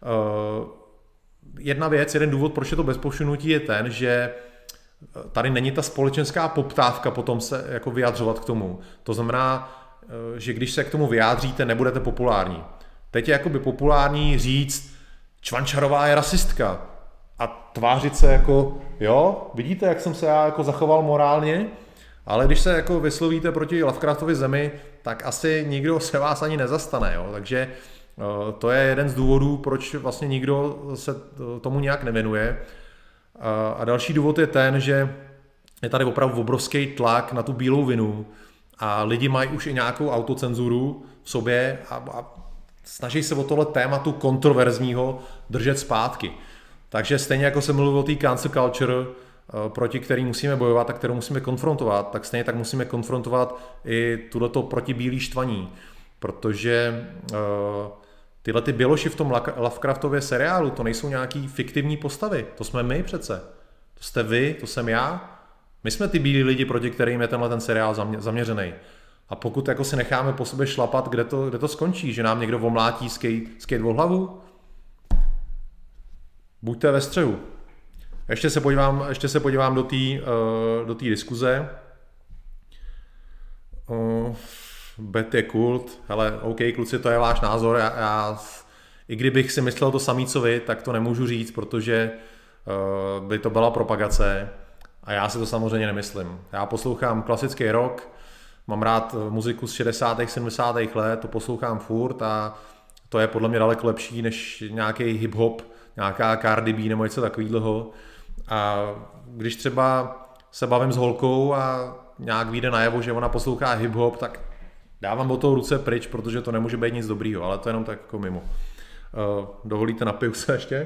Jeden důvod, proč je to bez povšimnutí, je ten, že tady není ta společenská poptávka potom se jako vyjadřovat k tomu. To znamená, že když se k tomu vyjádříte, nebudete populární. Teď je jakoby populární říct, Čvančarová je rasistka a tvářit se jako, jo, vidíte, jak jsem se já jako zachoval morálně, ale když se jako vyslovíte proti Lovecraftově zemi, tak asi nikdo se vás ani nezastane, jo. Takže to je jeden z důvodů, proč vlastně nikdo se tomu nějak nevěnuje. A další důvod je ten, že je tady opravdu obrovský tlak na tu bílou vinu a lidi mají už i nějakou autocenzuru v sobě a snaží se o tohle tématu kontroverzního držet zpátky. Takže stejně jako se mluví o té cancel culture, proti který musíme bojovat a kterou musíme konfrontovat, tak stejně tak musíme konfrontovat i tuhleto protibílý štvaní, protože tyhle ty běloši v tom Lovecraftově seriálu, to nejsou nějaký fiktivní postavy, to jsme my přece, to jste vy, to jsem já, my jsme ty bílí lidi, proti kterým je tenhle ten seriál zaměřený. A pokud jako si necháme po sobě šlapat, kde to skončí, že nám někdo omlátí skate o hlavu, buďte ve střehu. Ještě se podívám do té diskuze. Bet je kult. Hele, OK, kluci, to je váš názor. I kdybych si myslel to samý, co vy, tak to nemůžu říct, protože by to byla propagace. A já si to samozřejmě nemyslím. Já poslouchám klasický rock, mám rád muziku z 60. 70. let, to poslouchám furt a to je podle mě daleko lepší než nějaký hip-hop, nějaká Cardi B nebo něco takového. A když třeba se bavím s holkou a nějak vyjde najevo, že ona poslouchá hip-hop, tak dávám o toho ruce pryč, protože to nemůže být nic dobrýho, ale to je jenom tak jako mimo. Dovolíte, napiju se ještě?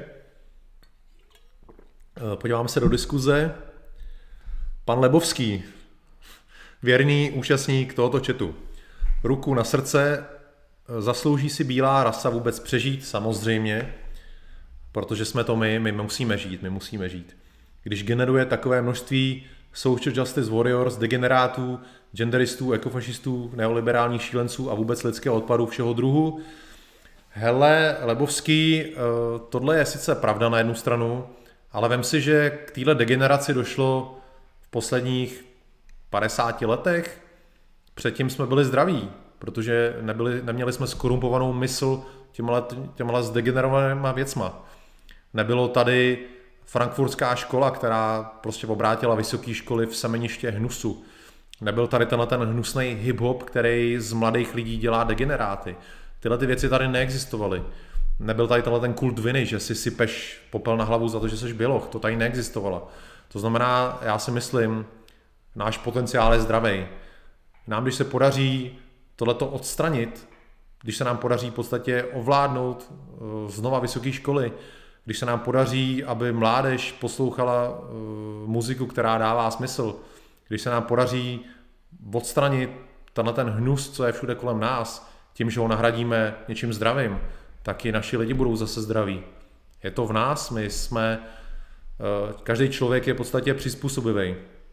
Podíváme se do diskuze. Pan Lebovský, věrný účastník tohoto chatu. Ruku na srdce, zaslouží si bílá rasa vůbec přežít? Samozřejmě, protože jsme to my musíme žít. Když generuje takové množství Social Justice Warriors, degenerátů, genderistů, ekofašistů, neoliberálních šílenců a vůbec lidského odpadu všeho druhu. Hele, Lebovský, tohle je sice pravda na jednu stranu, ale vem si, že k téhle degeneraci došlo v posledních 50 letech. Předtím jsme byli zdraví, protože neměli jsme skorumpovanou mysl těmhle zdegenerovanýma věcma. Nebylo tady frankfurtská škola, která prostě obrátila vysoké školy v semeniště hnusu. Nebyl tady ten hnusný hip-hop, který z mladých lidí dělá degeneráty. Tyhle ty věci tady neexistovaly. Nebyl tady ten kult viny, že si sypeš popel na hlavu za to, že jsi běloch. To tady neexistovalo. To znamená, já si myslím, náš potenciál je zdravý. Nám, když se podaří tohleto odstranit, když se nám podaří v podstatě ovládnout znova vysoké školy, když se nám podaří, aby mládež poslouchala muziku, která dává smysl, když se nám podaří odstranit ten hnus, co je všude kolem nás, tím, že ho nahradíme něčím zdravým, tak i naši lidi budou zase zdraví. Je to v nás, každý člověk je v podstatě přizpůsobivý.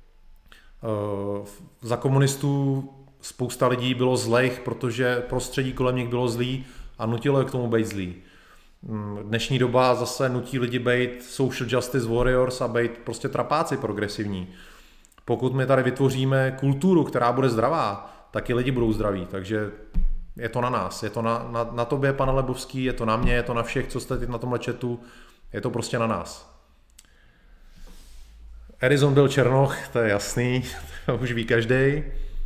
Za komunistů spousta lidí bylo zlejch, protože prostředí kolem nich bylo zlý a nutilo je k tomu být zlý. Dnešní doba zase nutí lidi být social justice warriors a být prostě trapáci progresivní. Pokud my tady vytvoříme kulturu, která bude zdravá, tak i lidi budou zdraví, takže je to na nás, je to na tobě, pane Lebovský, je to na mě, je to na všech, co jste teď na tomhle chatu, je to prostě na nás. Edison byl Černoch, to je jasný, to už ví každý.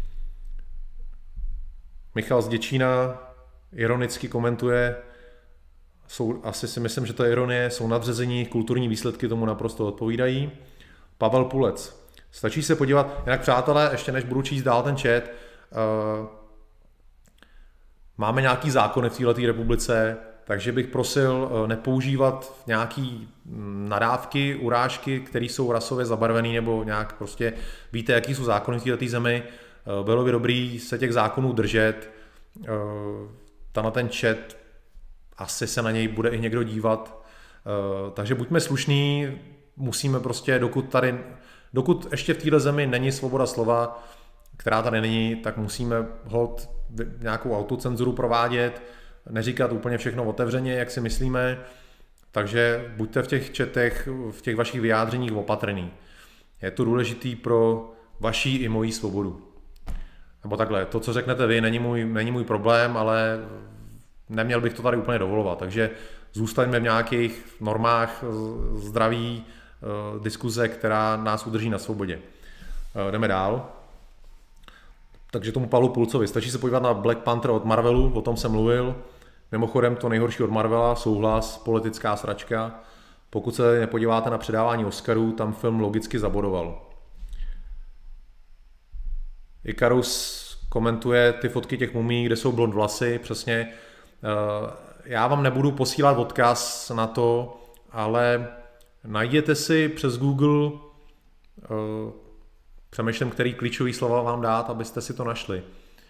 Michal z Děčína ironicky komentuje, asi si myslím, že to je ironie, jsou nadřazení, kulturní výsledky tomu naprosto odpovídají. Pavel Pulec. Stačí se podívat, jinak přátelé, ještě než budu číst dál ten chat, máme nějaký zákony v této republice, takže bych prosil nepoužívat nějaký nadávky, urážky, které jsou rasově zabarvené nebo nějak prostě víte, jaký jsou zákony v této zemi. Bylo by dobrý se těch zákonů držet. Na ten chat asi se na něj bude i někdo dívat. Takže buďme slušní, musíme prostě, dokud ještě v této zemi není svoboda slova, která tady není, tak musíme holt nějakou autocenzuru provádět, neříkat úplně všechno otevřeně, jak si myslíme, takže buďte v těch chatech, v těch vašich vyjádřeních opatrný. Je to důležitý pro vaši i moji svobodu. Nebo takhle, to, co řeknete vy, není můj problém, ale neměl bych to tady úplně dovolovat, takže zůstaňme v nějakých normách zdraví diskuze, která nás udrží na svobodě. Jdeme dál. Takže tomu Pavlu Pulcovi, stačí se podívat na Black Panther od Marvelu, o tom jsem mluvil. Mimochodem to nejhorší od Marvela, souhlas, politická sračka. Pokud se nepodíváte na předávání Oscarů, tam film logicky zabodoval. Ikarus komentuje ty fotky těch mumí, kde jsou blond vlasy, přesně. Já vám nebudu posílat odkaz na to, ale najděte si přes Google, přemýšlím, který klíčový slova vám dát, abyste si to našli.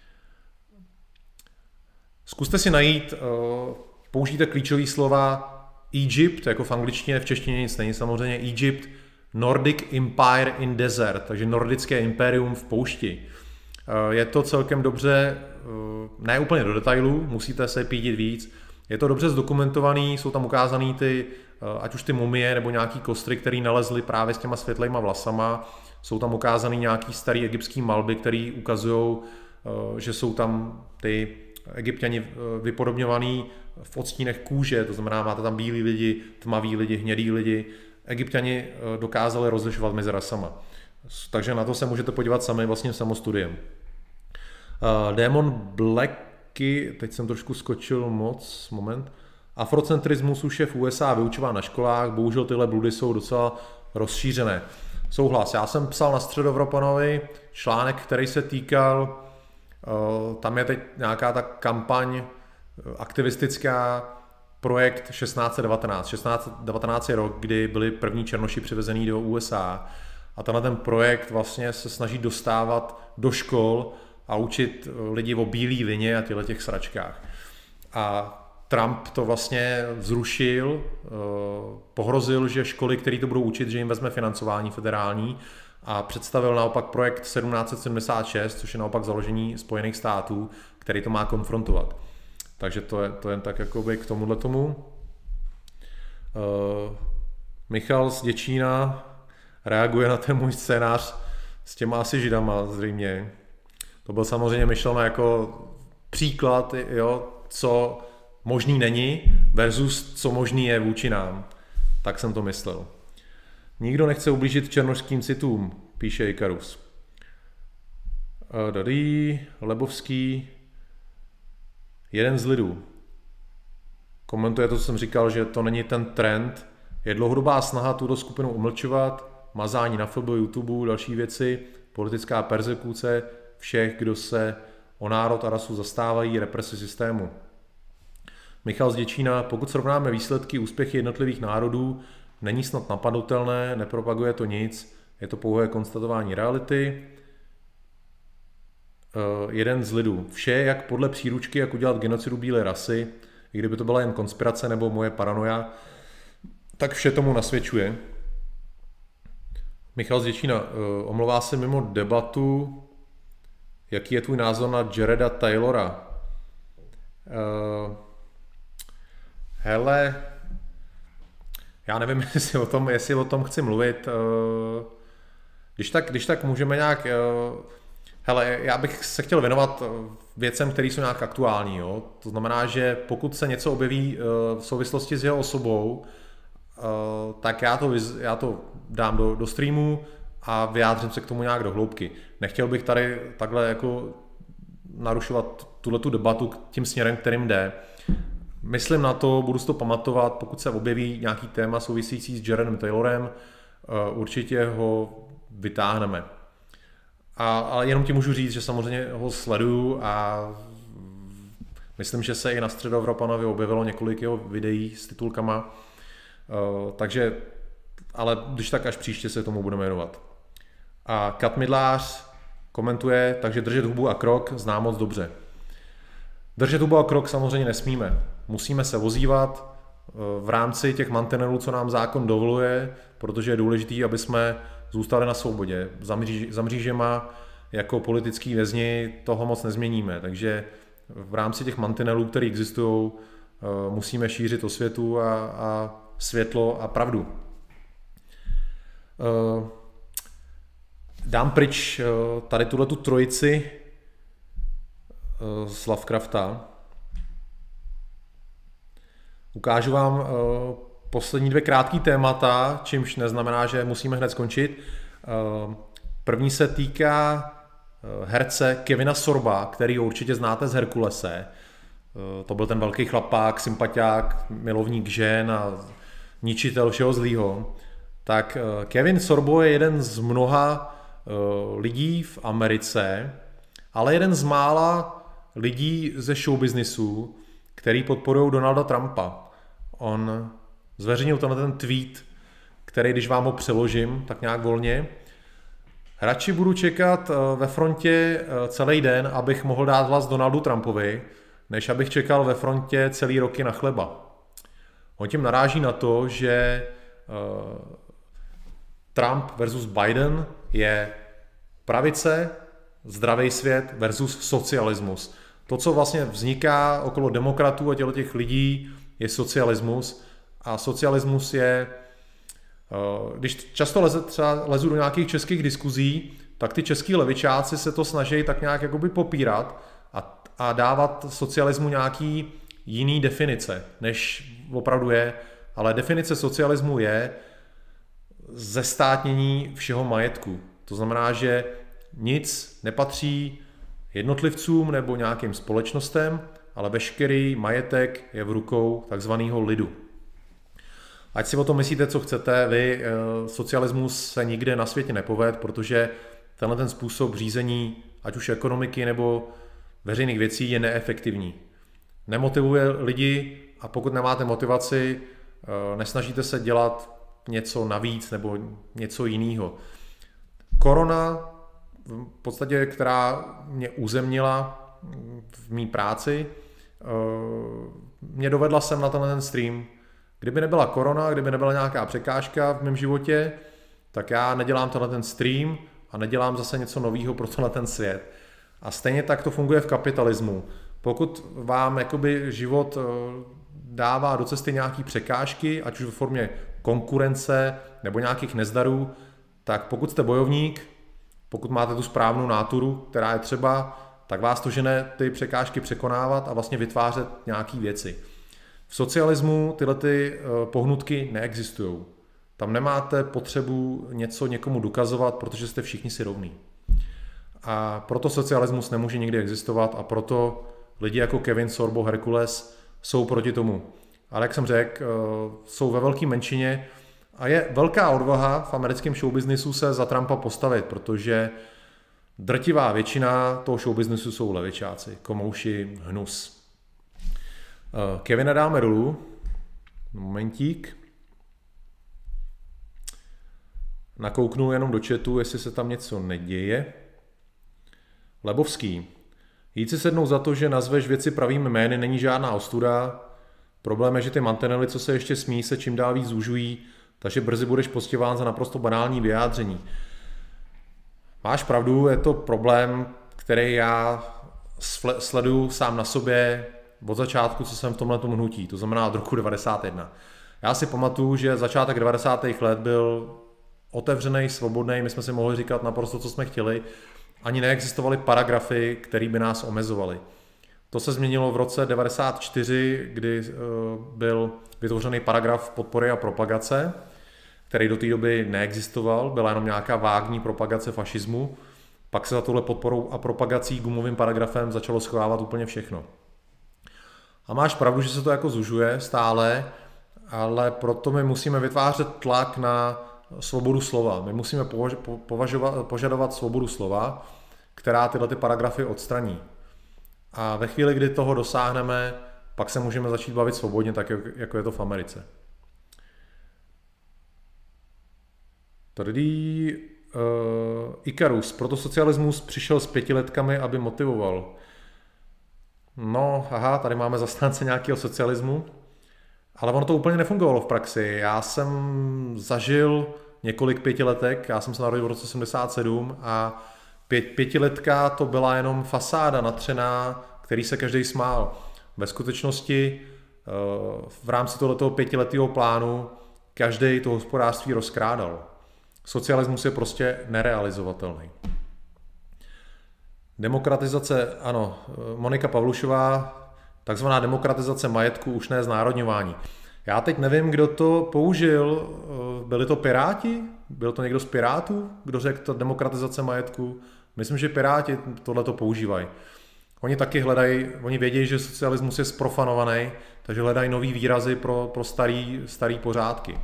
Zkuste si najít, použijte klíčový slova Egypt, jako v angličtině, v češtině nic není samozřejmě, Egypt, Nordic Empire in Desert, takže nordické impérium v poušti. Je to celkem dobře, ne úplně do detailů, musíte se pídit víc, je to dobře zdokumentovaný, jsou tam ukázaný ať už ty mumie nebo nějaký kostry, které nalezly právě s těma světlejma vlasama, jsou tam ukázaný nějaký starý egyptský malby, které ukazují, že jsou tam ty Egypťani vypodobňovaný v odstínech kůže, to znamená, máte tam bílí lidi, tmaví lidi, hnědí lidi. Egypťani dokázali rozlišovat mezi rasama. Takže na to se můžete podívat sami vlastně samostudiem. Démon Blacky, teď jsem trošku skočil moc, moment. Afrocentrismus už je v USA vyučován na školách, bohužel tyhle bludy jsou docela rozšířené. Souhlas, já jsem psal na Středoevropanovi článek, který se týkal, tam je teď nějaká ta kampaň aktivistická, projekt 1619. 1619 je rok, kdy byli první černoši přivezení do USA a tenhle ten projekt vlastně se snaží dostávat do škol a učit lidi o bílý vině a těch sračkách. A Trump to vlastně zrušil, pohrozil, že školy, které to budou učit, že jim vezme financování federální a představil naopak projekt 1776, což je naopak založení Spojených států, který to má konfrontovat. Takže to jen tak jakoby k tomuhle tomu. Michal z Děčína reaguje na ten můj scénář s těma asi židama zřejmě. To byl samozřejmě myšleno jako příklad, jo, co možný není versus co možný je vůči nám. Tak jsem to myslel. Nikdo nechce ublížit černošským citům, píše Ikarus. Tady Lebovský, jeden z lidů. Komentuje to, co jsem říkal, že to není ten trend. Je dlouhodobá snaha tuto skupinu umlčovat, mazání na FB, YouTube, další věci, politická perzekuce všech, kdo se o národ a rasu zastávají, represi systému. Michal z Děčína, pokud srovnáme výsledky, úspěchy jednotlivých národů, není snad napadnutelné, nepropaguje to nic, je to pouhé konstatování reality. Jeden z lidů. Vše je jak podle příručky, jak udělat genocidu bílé rasy, i kdyby to byla jen konspirace nebo moje paranoja, tak vše tomu nasvědčuje. Michal z Děčína, omlouvá se mimo debatu, jaký je tvůj názor na Jareda Taylora? Hele, já nevím, jestli o tom chci mluvit. Když tak můžeme nějak... Hele, já bych se chtěl věnovat věcem, které jsou nějak aktuální. Jo? To znamená, že pokud se něco objeví v souvislosti s jeho osobou, tak já to dám do streamu a vyjádřím se k tomu nějak do hloubky. Nechtěl bych tady takhle jako narušovat tuhletu debatu tím směrem, kterým jde. Myslím na to, budu si to pamatovat, pokud se objeví nějaký téma související s Jaredem Taylorem, určitě ho vytáhneme. Ale jenom ti můžu říct, že samozřejmě ho sleduju a myslím, že se i na Středoevropanovi objevilo několik jeho videí s titulkama, takže, ale když tak až příště se tomu budeme věnovat. A Kat Midlář komentuje, takže držet hubu a krok znám moc dobře. Držet hubu a krok samozřejmě nesmíme. Musíme se ozývat v rámci těch mantinelů, co nám zákon dovoluje, protože je důležité, aby jsme zůstali na svobodě. Za mřížema jako politický vězni toho moc nezměníme, takže v rámci těch mantinelů, které existují, musíme šířit osvětu a světlo a pravdu. Dám pryč tady tuhletu trojici z Lovecrafta. Ukážu vám poslední 2 krátké témata, čímž neznamená, že musíme hned skončit. První se týká herce Kevina Sorba, který ho určitě znáte z Herkulese. To byl ten velký chlapák, sympatiák, milovník žen a ničitel všeho zlýho. Tak Kevin Sorbo je jeden z mnoha lidí v Americe, ale jeden z mála lidí ze showbiznisu, který podporují Donalda Trumpa. On zveřejnil ten tweet, který, když vám ho přeložím, tak nějak volně. Radši budu čekat ve frontě celý den, abych mohl dát hlas Donaldu Trumpovi, než abych čekal ve frontě celý roky na chleba. On tím naráží na to, že Trump versus Biden je pravice, zdravý svět versus socialismus. To, co vlastně vzniká okolo demokratů a těch lidí, je socialismus. A socialismus je, když často lezu do nějakých českých diskuzí, tak ty český levičáci se to snaží tak nějak jakoby popírat a dávat socialismu nějaký jiný definice, než opravdu je. Ale definice socialismu je zestátnění všeho majetku. To znamená, že nic nepatří jednotlivcům nebo nějakým společnostem, ale veškerý majetek je v rukou takzvaného lidu. Ať si o tom myslíte, co chcete, vy, socialismus se nikde na světě nepoved, protože tenhle ten způsob řízení, ať už ekonomiky nebo veřejných věcí, je neefektivní. Nemotivuje lidi a pokud nemáte motivaci, nesnažíte se dělat něco navíc nebo něco jiného. Korona, v podstatě, která mě uzemnila v mý práci, mě dovedla sem na ten stream. Kdyby nebyla korona, kdyby nebyla nějaká překážka v mém životě, tak já nedělám ten stream a nedělám zase něco nového pro ten svět. A stejně tak to funguje v kapitalismu. Pokud vám jakoby život dává do cesty nějaké překážky, ať už v formě konkurence nebo nějakých nezdarů, tak pokud jste bojovník, pokud máte tu správnou náturu, která je třeba, tak vás to žene ty překážky překonávat a vlastně vytvářet nějaké věci. V socialismu tyhle pohnutky neexistují. Tam nemáte potřebu něco někomu dokazovat, protože jste všichni si rovní. A proto socialismus nemůže nikdy existovat a proto lidi jako Kevin Sorbo, Herkules jsou proti tomu. Ale jak jsem řekl, jsou ve velké menšině a je velká odvaha v americkém showbiznisu se za Trumpa postavit, protože drtivá většina toho showbiznisu jsou levičáci, komouši, hnus. Kevina dáme dolů. Momentík. Nakouknu jenom do chatu, jestli se tam něco neděje. Lebovský. Jít si sednout za to, že nazveš věci pravými jmény, není žádná ostuda. Problém je, že ty mantinely, co se ještě smí, se čím dál víc zužují, takže brzy budeš postěván za naprosto banální vyjádření. Máš pravdu, je to problém, který já sleduju sám na sobě od začátku, co jsem v tomhletom hnutí, to znamená od roku 91. Já si pamatuju, že začátek 90. let byl otevřený, svobodný, my jsme si mohli říkat naprosto, co jsme chtěli, ani neexistovaly paragrafy, které by nás omezovaly. To se změnilo v roce 94, kdy byl vytvořený paragraf podpory a propagace, který do té doby neexistoval, byla jenom nějaká vágní propagace fašismu. Pak se za touhle podporou a propagací gumovým paragrafem začalo schovávat úplně všechno. A máš pravdu, že se to jako zužuje stále, ale proto my musíme vytvářet tlak na svobodu slova. My musíme požadovat svobodu slova, která tyhle ty paragrafy odstraní. A ve chvíli, kdy toho dosáhneme, pak se můžeme začít bavit svobodně, tak jako je to v Americe. Tady Ikarus, proto socialismus přišel s 5letkami, aby motivoval. No, aha, tady máme zastánce nějakého socialismu, ale ono to úplně nefungovalo v praxi. Já jsem zažil několik 5letek, já jsem se narodil v roce 77 a 5letka to byla jenom fasáda natřená, který se každý smál. Ve skutečnosti v rámci tohoto 5letého plánu každý to hospodářství rozkrádal. Socialismus je prostě nerealizovatelný. Demokratizace, ano, Monika Pavlušová, takzvaná demokratizace majetku, už ne znárodňování. Já teď nevím, kdo to použil, byli to Piráti? Byl to někdo z Pirátů, kdo řekl to demokratizace majetku? Myslím, že Piráti tohleto používají. Oni taky hledají, oni vědí, že socialismus je sprofanovaný, takže hledají nový výrazy pro starý pořádky.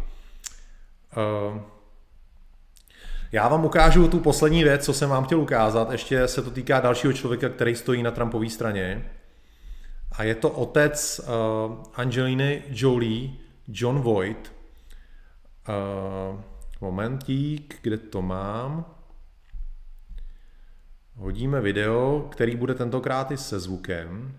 Já vám ukážu tu poslední věc, co jsem vám chtěl ukázat. Ještě se to týká dalšího člověka, který stojí na Trumpové straně. A je to otec Angeliny Jolie, John Voight. Momentík, kde to mám? Hodíme video, který bude tentokrát i se zvukem.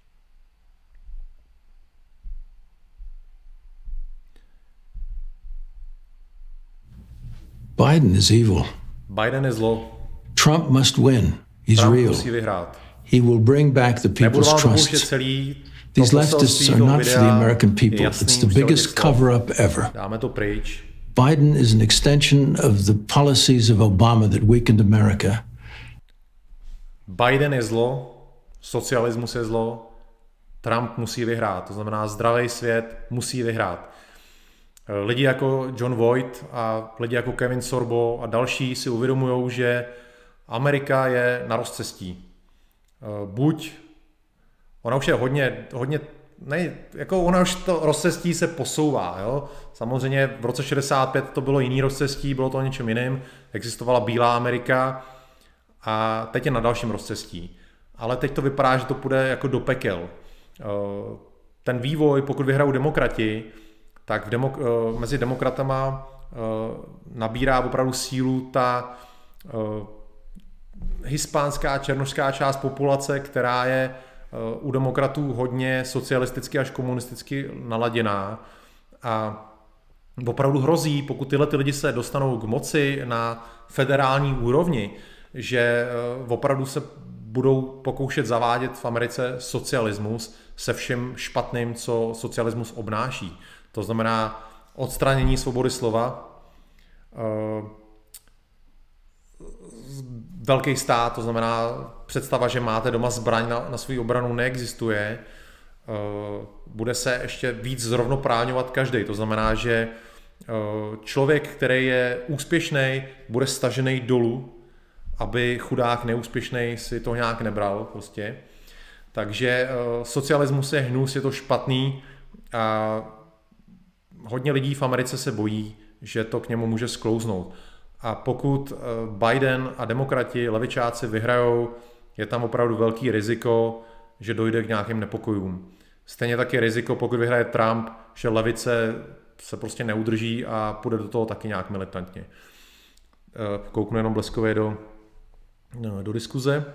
Biden is evil. Biden je zlo. Trump must win. He's Trump real. musí vyhrát. He will bring back the people's trust. These leftists are not for the American people. It's the biggest cover-up ever. Dáme to pryč. Biden is an extension of the policies of Obama that weakened America. Biden je zlo, socialismus je zlo, Trump musí vyhrát, to znamená zdravý svět musí vyhrát. Lidi jako John Voight a lidi jako Kevin Sorbo a další si uvědomují, že Amerika je na rozcestí. Buď ona už je hodně jako ona už to rozcestí se posouvá. Jo? Samozřejmě v roce 65 to bylo jiný rozcestí, bylo to o něčem jiným, existovala bílá Amerika a teď je na dalším rozcestí. Ale teď to vypadá, že to půjde jako do pekel. Ten vývoj, pokud vyhrajou demokrati, tak mezi demokratama nabírá opravdu sílu ta hispánská, černošská část populace, která je u demokratů hodně socialisticky až komunisticky naladěná. A opravdu hrozí, pokud tyhle lidi se dostanou k moci na federální úrovni, že opravdu se budou pokoušet zavádět v Americe socialismus se všem špatným, co socialismus obnáší. To znamená odstranění svobody slova, velký stát, to znamená představa, že máte doma zbraň na svou obranu, neexistuje. Bude se ještě víc zrovnoprávňovat každý. To znamená, že člověk, který je úspěšný, bude stažený dolů, aby chudák neúspěšný si to nějak nebral. Prostě. Takže socialismus je hnus, je to špatný a hodně lidí v Americe se bojí, že to k němu může sklouznout. A pokud Biden a demokrati, levičáci vyhrajou, je tam opravdu velký riziko, že dojde k nějakým nepokojům. Stejně tak je riziko, pokud vyhraje Trump, že levice se prostě neudrží a půjde do toho taky nějak militantně. Kouknu jenom bleskově do diskuze.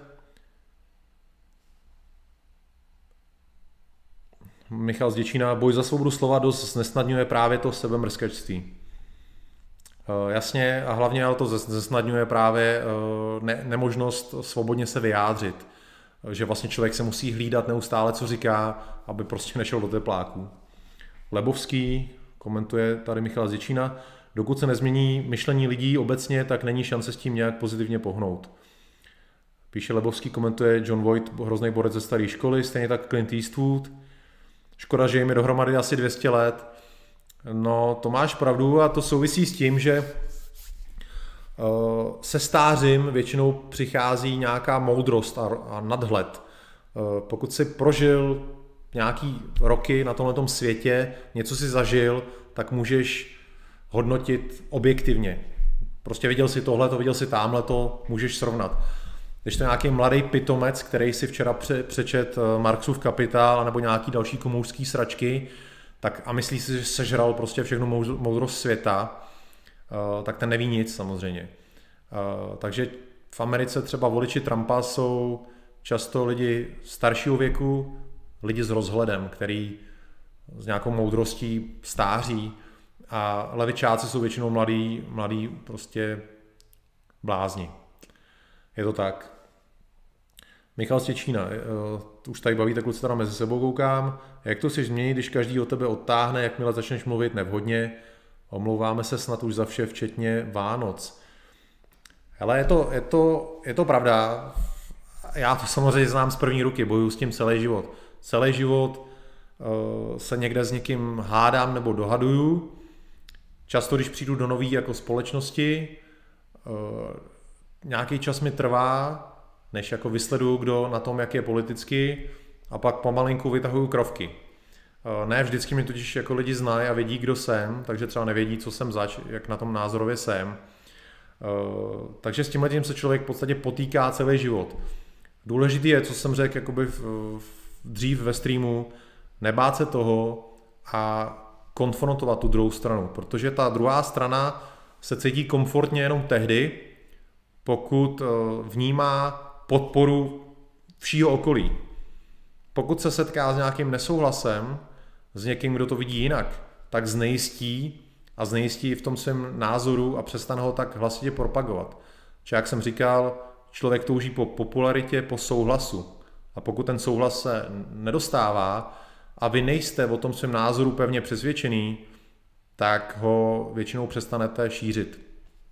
Michal z Děčína, boj za svobodu slova dost znesnadňuje právě to sebemrskačství. Jasně, a hlavně to znesnadňuje právě nemožnost svobodně se vyjádřit. Že vlastně člověk se musí hlídat neustále, co říká, aby prostě nešel do tepláků. Lebovský komentuje tady Michal z Děčína, dokud se nezmění myšlení lidí obecně, tak není šance s tím nějak pozitivně pohnout. Píše Lebovský, komentuje John Voight, hrozný borec ze staré školy, stejně tak Clint Eastwood. Škoda, že jim je dohromady asi 200 let. No, to máš pravdu a to souvisí s tím, že se stářím většinou přichází nějaká moudrost a nadhled. Pokud jsi prožil nějaký roky na tomhletom světě, něco si zažil, tak můžeš hodnotit objektivně. Prostě viděl si tohleto, viděl si tamhleto, můžeš srovnat. Když to je nějaký mladý pitomec, který si včera přečet Marxův Kapitál nebo nějaký další komoušský sračky, tak a myslí si, že sežral prostě všechnu moudrost světa, tak ten neví nic samozřejmě. Takže v Americe třeba voliči Trumpa jsou často lidi staršího věku, lidi s rozhledem, který s nějakou moudrostí stáří, a levičáci jsou většinou mladí prostě blázni. Je to tak. Michal z Těčína, už tady bavíte kluci teda mezi sebou, koukám. Jak to si změnit, když každý od tebe odtáhne, jakmile začneš mluvit nevhodně? Omlouváme se snad už za vše, včetně Vánoc. Hele, je to pravda. Já to samozřejmě znám z první ruky, bojuju s tím celý život. Celý život se někde s někým hádám nebo dohaduju. Často, když přijdu do nový jako společnosti, nějaký čas mi trvá, než jako vysleduju, kdo na tom, jak je politicky, a pak pomalinku vytahuju krovky. Ne vždycky mi totiž jako lidi znají a vědí, kdo jsem, takže třeba nevědí, co jsem zač, jak na tom názorově jsem. Takže s tímhletím se člověk v podstatě potýká celý život. Důležitý je, co jsem řekl jakoby dřív ve streamu, nebát se toho a konfrontovat tu druhou stranu, protože ta druhá strana se cítí komfortně jenom tehdy, pokud vnímá podporu všího okolí. Pokud se setká s nějakým nesouhlasem, s někým, kdo to vidí jinak, tak znejistí v tom svém názoru a přestane ho tak hlasitě propagovat. Čiže jak jsem říkal, člověk touží po popularitě, po souhlasu. A pokud ten souhlas se nedostává a vy nejste o tom svém názoru pevně přesvědčený, tak ho většinou přestanete šířit.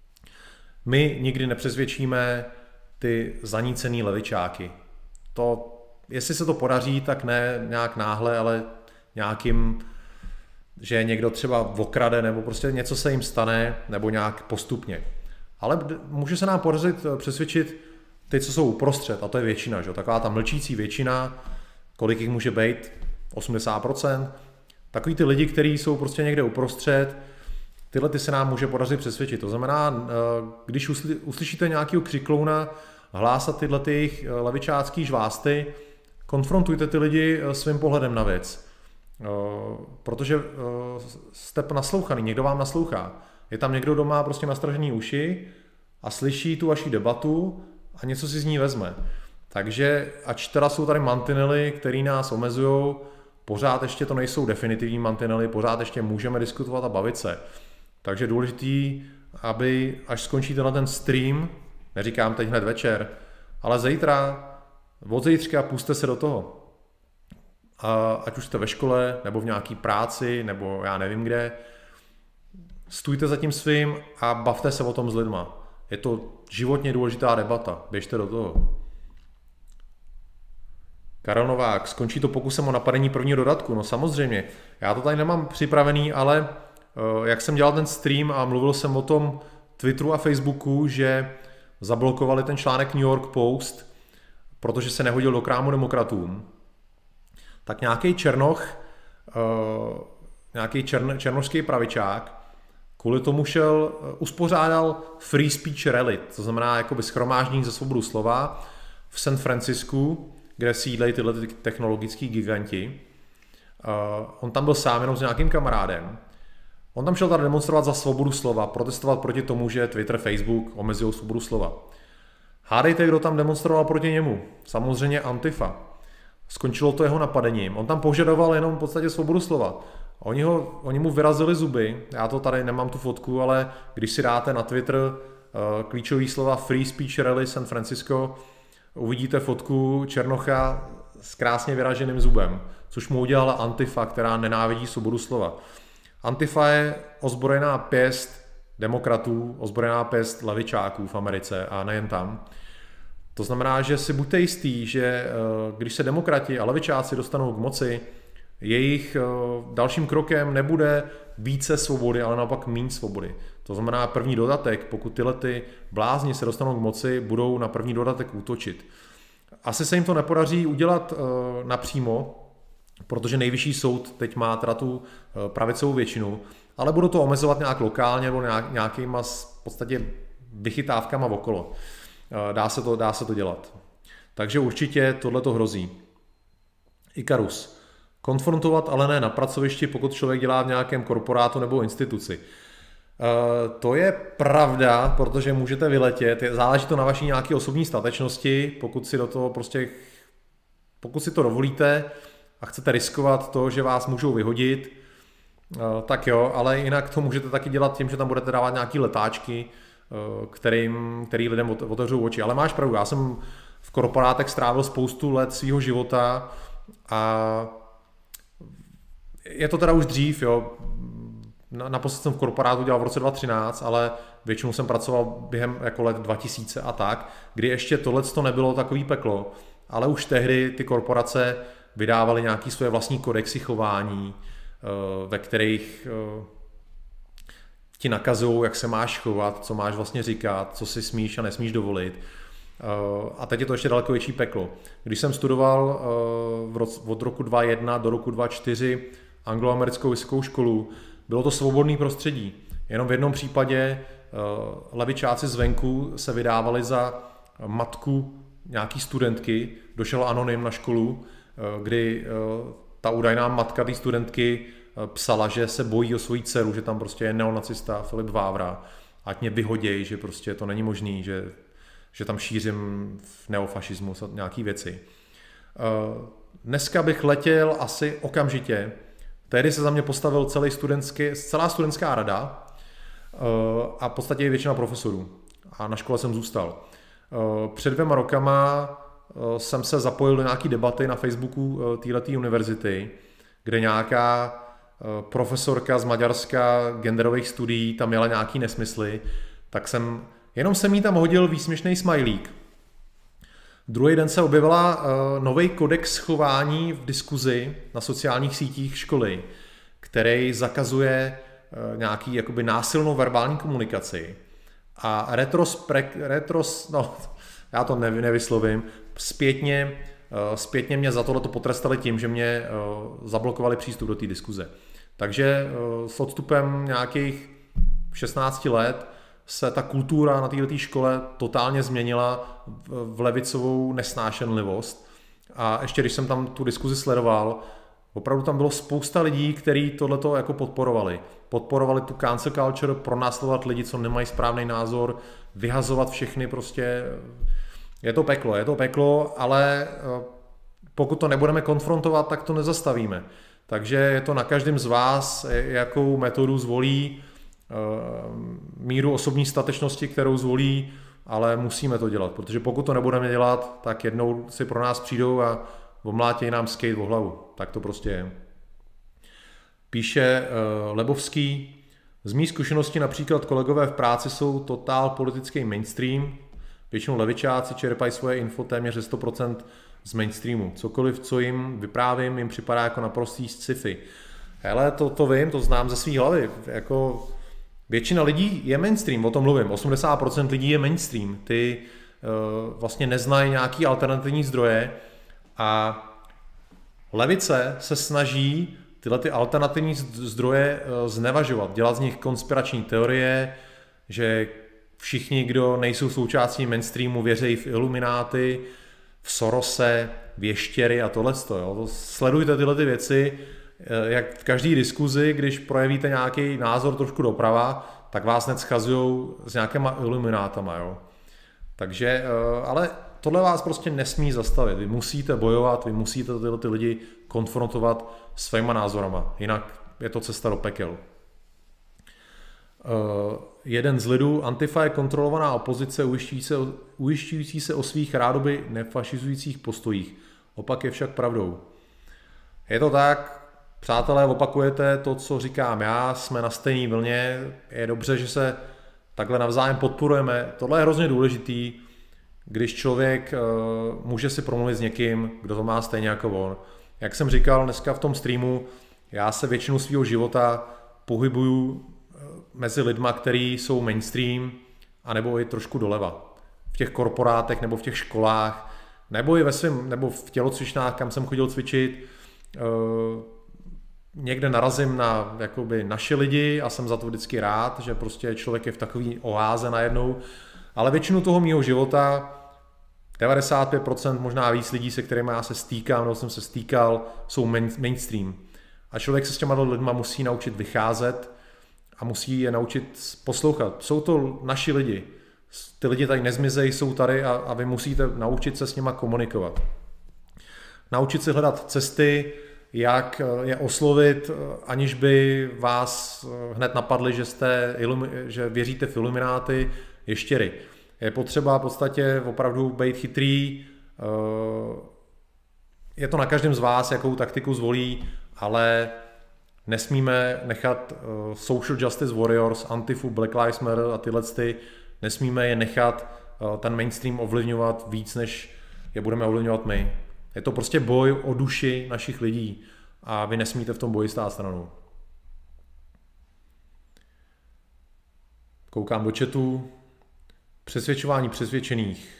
My nikdy nepřesvědčíme ty zanícený levičáky. To, jestli se to podaří, tak ne nějak náhle, ale nějakým, že někdo třeba okrade, nebo prostě něco se jim stane, nebo nějak postupně. Ale může se nám podařit přesvědčit ty, co jsou uprostřed, a to je většina, že? Taková ta mlčící většina, kolik jich může být, 80%. Takový ty lidi, kteří jsou prostě někde uprostřed, tyhle ty se nám může podařit přesvědčit. To znamená, když uslyšíte nějakého křiklouna hlásat tyhle ty levičácký žvásty, konfrontujte ty lidi svým pohledem na věc. Protože jste naslouchaný, někdo vám naslouchá. Je tam někdo, kdo má prostě nastražený uši a slyší tu vaši debatu a něco si z ní vezme. Takže ač teda jsou tady mantinely, které nás omezují, pořád ještě to nejsou definitivní mantinely, pořád ještě můžeme diskutovat a bavit se. Takže důležitý, aby až skončíte na ten stream, neříkám teď hned večer, ale zítra, od zítřka pusťte se do toho. Ať už jste ve škole, nebo v nějaký práci, nebo já nevím kde, stůjte za tím svým a bavte se o tom s lidma. Je to životně důležitá debata, běžte do toho. Karel Novák, skončí to pokusem o napadení prvního dodatku? No samozřejmě, já to tady nemám připravený, ale jak jsem dělal ten stream a mluvil jsem o tom Twitteru a Facebooku, že zablokovali ten článek New York Post, protože se nehodil do krámu demokratům, tak nějaký černoch, nějaký černošský pravičák, kvůli tomu uspořádal Free Speech Rally, to znamená jakoby shromáždění za svobodu slova v San Francisku, kde sídlejí tyhle technologický giganti. On tam byl sám jenom s nějakým kamarádem. On tam šel tady demonstrovat za svobodu slova, protestovat proti tomu, že Twitter, Facebook omezují svobodu slova. Hádejte, kdo tam demonstroval proti němu. Samozřejmě Antifa. Skončilo to jeho napadením. On tam požadoval jenom v podstatě svobodu slova. Oni mu vyrazili zuby. Já to tady nemám tu fotku, ale když si dáte na Twitter klíčový slova Free Speech Rally San Francisco, uvidíte fotku Černocha s krásně vyraženým zubem, což mu udělala Antifa, která nenávidí svobodu slova. Antifa je ozbrojená pěst demokratů, ozbrojená pěst levičáků v Americe a nejen tam. To znamená, že si buďte jistí, že když se demokrati a levičáci dostanou k moci, jejich dalším krokem nebude více svobody, ale naopak méně svobody. To znamená první dodatek, pokud tyhle ty blázni se dostanou k moci, budou na první dodatek útočit. Asi se jim to nepodaří udělat napřímo, protože nejvyšší soud teď má teda tu pravicovou většinu, ale budou to omezovat nějak lokálně nebo nějakýma v podstatě vychytávkama okolo. Dá se to dělat. Takže určitě tohle to hrozí. Ikarus. Konfrontovat, ale ne na pracovišti, pokud člověk dělá v nějakém korporátu nebo instituci. To je pravda, protože můžete vyletět, záleží to na vaší nějaké osobní statečnosti, pokud si to dovolíte a chcete riskovat to, že vás můžou vyhodit, tak jo, ale jinak to můžete taky dělat tím, že tam budete dávat nějaké letáčky, který lidem otevřou oči. Ale máš pravdu, já jsem v korporátech strávil spoustu let svého života a je to teda už dřív, jo. Naposled jsem v korporátu dělal v roce 2013, ale většinou jsem pracoval během jako let 2000 a tak, kdy ještě tohleto nebylo takový peklo, ale už tehdy ty korporace vydávaly nějaké svoje vlastní kodexy chování, ve kterých ti nakazují, jak se máš chovat, co máš vlastně říkat, co si smíš a nesmíš dovolit. A teď je to ještě daleko větší peklo. Když jsem studoval od roku 2001 do roku 2004 angloamerickou vysokou školu, bylo to svobodné prostředí. Jenom v jednom případě levičáci zvenku se vydávali za matku nějaký studentky, došel anonym na školu, kdy ta údajná matka té studentky psala, že se bojí o svoji dceru, že tam prostě je neonacista Filip Vávra, ať mě vyhoděj, že prostě to není možný, že tam šířím neofašismus a nějaký věci. Dneska bych letěl asi okamžitě. Tehdy se za mě postavil celá studentská rada a v podstatě i většina profesorů. A na škole jsem zůstal. Před 2 rokama jsem se zapojil do nějaké debaty na Facebooku téhleté univerzity, kde nějaká profesorka z Maďarska genderových studií tam měla nějaký nesmysly, tak jsem jí tam hodil výsměšný smajlík. Druhý den se objevila nový kodex chování v diskuzi na sociálních sítích školy, který zakazuje nějaký jakoby násilnou verbální komunikaci. A já to nevyslovím, zpětně mě za tohleto potrestali tím, že mě zablokovali přístup do té diskuze. Takže s odstupem nějakých 16 let se ta kultura na této škole totálně změnila v levicovou nesnášenlivost. A ještě když jsem tam tu diskuzi sledoval, opravdu tam bylo spousta lidí, kteří tohleto jako podporovali. Podporovali tu cancel culture, pronásledovat lidi, co nemají správný názor, vyhazovat všechny prostě. Je to peklo, ale pokud to nebudeme konfrontovat, tak to nezastavíme. Takže je to na každém z vás, jakou metodu zvolí, míru osobní statečnosti, kterou zvolí, ale musíme to dělat, protože pokud to nebudeme dělat, tak jednou si pro nás přijdou a omlátějí nám skate o hlavu. Tak to prostě je. Píše Lebovský, z mých zkušeností například kolegové v práci jsou totál politický mainstream, většinou levičáci čerpají svoje info téměř 100% z mainstreamu. Cokoliv, co jim vyprávím, jim připadá jako naprostý sci-fi. Hele, to vím, to znám ze svý hlavy. Jako většina lidí je mainstream, o tom mluvím. 80% lidí je mainstream. Ty vlastně neznají nějaký alternativní zdroje a levice se snaží tyhle ty alternativní zdroje znevažovat, dělat z nich konspirační teorie, že všichni, kdo nejsou součástí mainstreamu, věří v ilumináty, v Sorose, v ještěry a tohleto. Sledujte tyhle ty věci, jak v každé diskuzi, když projevíte nějaký názor trošku doprava, tak vás hned schazujou s nějakýma iluminátama, jo. Takže, ale tohle vás prostě nesmí zastavit. Vy musíte bojovat, vy musíte tyhle ty lidi konfrontovat svýma názorama, jinak je to cesta do pekel. Jeden z lidů, Antifa je kontrolovaná opozice ujišťující se o svých rádoby nefašizujících postojích. Opak je však pravdou. Je to tak, přátelé, opakujete to, co říkám já, jsme na stejné vlně, je dobře, že se takhle navzájem podporujeme. Tohle je hrozně důležitý, když člověk může si promluvit s někým, kdo to má stejně jako on. Jak jsem říkal dneska v tom streamu, já se většinu svého života pohybuju mezi lidma, kteří jsou mainstream, anebo i trošku doleva. V těch korporátech nebo v těch školách, nebo i nebo v tělocvičnách, kam jsem chodil cvičit. Někde narazím na jakoby naše lidi a jsem za to vždycky rád, že prostě člověk je v takový oáze najednou. Ale většinu toho mýho života, 95%, možná víc lidí, se kterými já se stýkám, nebo jsem se stýkal, jsou mainstream. A člověk se s těma lidma musí naučit vycházet a musí je naučit poslouchat. Jsou to naši lidi. Ty lidi tady nezmizejí, jsou tady a vy musíte naučit se s nima komunikovat. Naučit se hledat cesty, jak je oslovit, aniž by vás hned napadli, že věříte v ilumináty, ještěry. Je potřeba v podstatě opravdu být chytrý, je to na každém z vás, jakou taktiku zvolí, ale nesmíme nechat Social Justice Warriors, Antifu, Black Lives Matter a tyhle nesmíme je nechat ten mainstream ovlivňovat víc, než je budeme ovlivňovat my. Je to prostě boj o duši našich lidí a vy nesmíte v tom boji stát stranou. Koukám do chatu. Přesvědčování přesvědčených.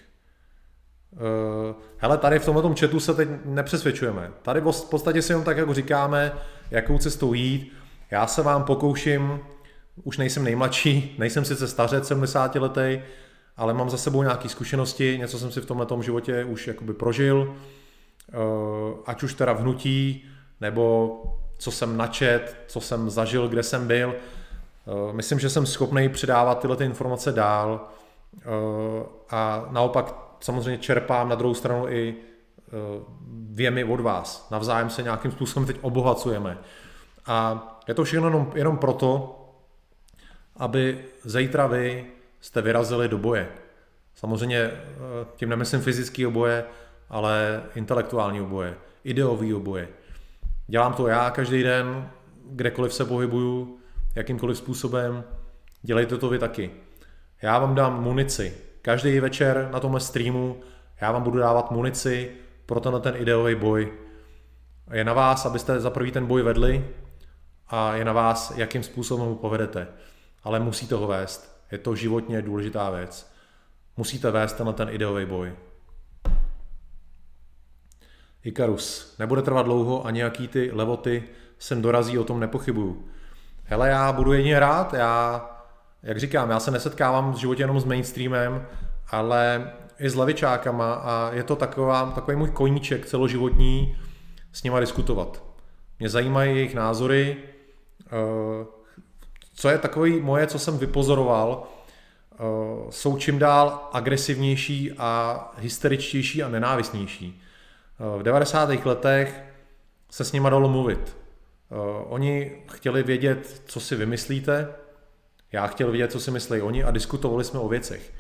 Hele, tady v tomto chatu se teď nepřesvědčujeme. Tady v podstatě si jenom tak, jako říkáme, jakou cestou jít. Já se vám pokouším, už nejsem nejmladší, nejsem sice stařec 70 letý, ale mám za sebou nějaké zkušenosti, něco jsem si v tomhletom životě už jakoby prožil, ať už teda v hnutí, nebo co jsem načet, co jsem zažil, kde jsem byl. Myslím, že jsem schopný předávat tyhle informace dál a naopak samozřejmě čerpám na druhou stranu i věmy od vás. Navzájem se nějakým způsobem teď obohacujeme. A je to všechno jenom proto, aby zítra vy jste vyrazili do boje. Samozřejmě tím nemyslím fyzického boje, ale intelektuálního boje, ideového boje. Dělám to já každý den, kdekoliv se pohybuju, jakýmkoliv způsobem, dělejte to vy taky. Já vám dám munici. Každý večer na tomhle streamu já vám budu dávat munici pro ten ideový boj. Je na vás, abyste za prvý ten boj vedli a je na vás, jakým způsobem ho povedete. Ale musíte ho vést. Je to životně důležitá věc. Musíte vést ten ideový boj. Ikarus. Nebude trvat dlouho a nějaký ty levoty sem dorazí, o tom nepochybuju. Hele, já budu jedině rád, jak říkám, já se nesetkávám v životě jenom s mainstreamem, ale i s levičákama a je to takový můj koníček celoživotní s nima diskutovat. Mě zajímají jejich názory, co je takový moje, co jsem vypozoroval, jsou čím dál agresivnější a hysteričtější a nenávistnější. V 90. letech se s nima dalo mluvit. Oni chtěli vědět, co si vymyslíte, já chtěl vědět, co si myslí oni a diskutovali jsme o věcech.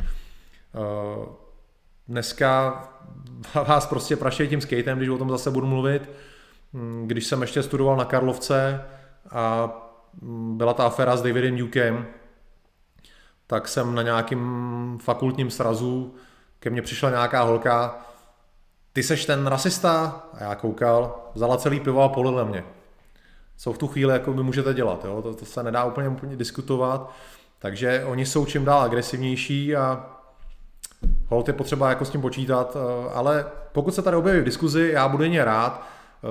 Dneska vás prostě prašejí tím skatem, když o tom zase budu mluvit. Když jsem ještě studoval na Karlovce a byla ta aféra s Davidem Dukem, tak jsem na nějakým fakultním srazu, ke mně přišla nějaká holka, ty seš ten rasista? A já koukal, vzala celý pivo a polila mě. Co v tu chvíli jako by můžete dělat, jo? To se nedá úplně diskutovat, takže oni jsou čím dál agresivnější a holt je potřeba jako s tím počítat, ale pokud se tady objeví v diskuzi, já budu jen rád.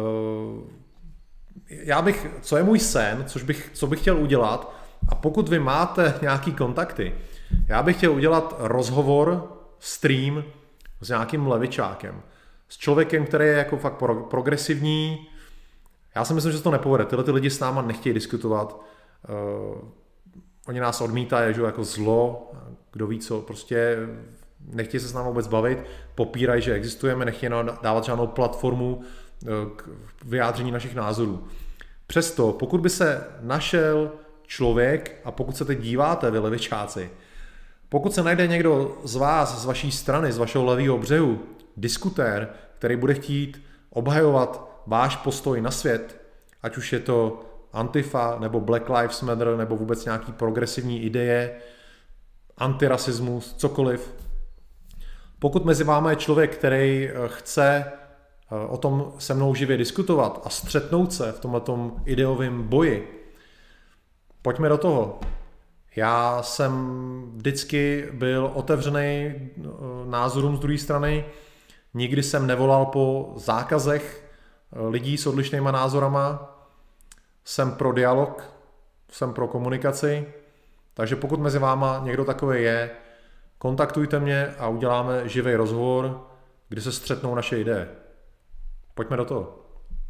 Co je můj sen, co bych chtěl udělat, a pokud vy máte nějaký kontakty, já bych chtěl udělat rozhovor, stream s nějakým levičákem, s člověkem, který je jako fakt progresivní. Já si myslím, že se to nepovede. Tyhle ty lidi s náma nechtějí diskutovat. Oni nás odmítají, že jako zlo, kdo ví co, prostě nechtějí se s námi vůbec bavit, popírají, že existujeme, nechtějí dávat žádnou platformu k vyjádření našich názorů. Přesto, pokud by se našel člověk, a pokud se teď díváte, vy levičáci, pokud se najde někdo z vás, z vaší strany, z vašeho levého břehu, diskutér, který bude chtít obhajovat váš postoj na svět, ať už je to Antifa, nebo Black Lives Matter, nebo vůbec nějaký progresivní ideje, antirasismus, cokoliv. Pokud mezi vámi je člověk, který chce o tom se mnou živě diskutovat a střetnout se v tomhletom ideovém boji, pojďme do toho. Já jsem vždycky byl otevřený názorům z druhé strany, nikdy jsem nevolal po zákazech lidí s odlišnýma názorama, jsem pro dialog, jsem pro komunikaci, takže pokud mezi váma někdo takový je, kontaktujte mě a uděláme živý rozhovor, kde se střetnou naše ideje. Pojďme do toho.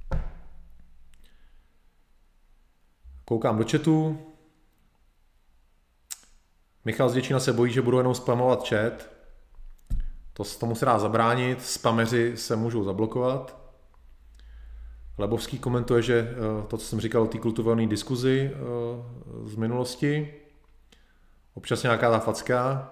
Koukám do chatu. Michal z Děčína se bojí, že budu jenom spamovat chat. Tomu se dá zabránit, spameři se můžou zablokovat. Lebovský komentuje, že to, co jsem říkal o té kultivované diskuzi z minulosti, občas nějaká ta facka.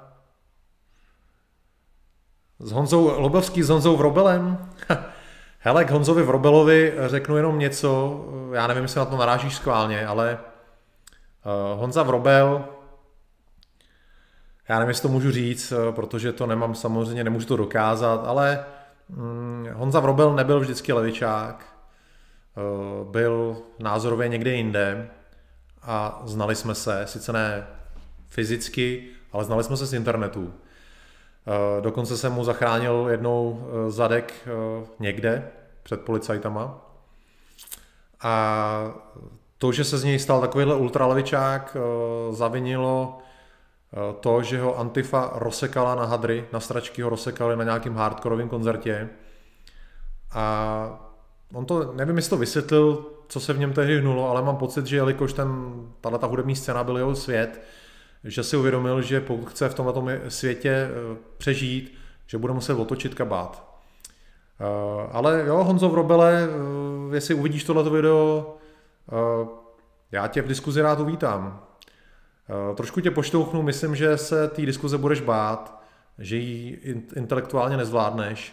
Lebovský s Honzou Vrobelem. Hele, k Honzovi Vrobelovi řeknu jenom něco, já nevím, jestli na to narážíš schválně, ale Honza Vrobel, já nevím, jestli to můžu říct, protože to nemám samozřejmě, nemůžu to dokázat, ale Honza Vrobel nebyl vždycky levičák, byl názorově někde jinde a znali jsme se, sice ne fyzicky, ale znali jsme se z internetu. Dokonce jsem mu zachránil jednou zadek někde před policajtama. A to, že se z něj stal takovýhle ultralevičák, zavinilo to, že ho Antifa rozsekala na hadry, na stračky ho rozsekali na nějakým hardkorovém koncertě. A on to, nevím, jestli to vysvětlil, co se v něm tehdy hnulo, ale mám pocit, že jelikož tato hudební scéna byl jeho svět, že si uvědomil, že pokud chce v tomto světě přežít, že bude muset otočit kabát. Ale jo, Honzo Vrobele, jestli uvidíš tohleto video, já tě v diskuzi rád uvítám. Trošku tě poštouchnu, myslím, že se té diskuze budeš bát, že ji intelektuálně nezvládneš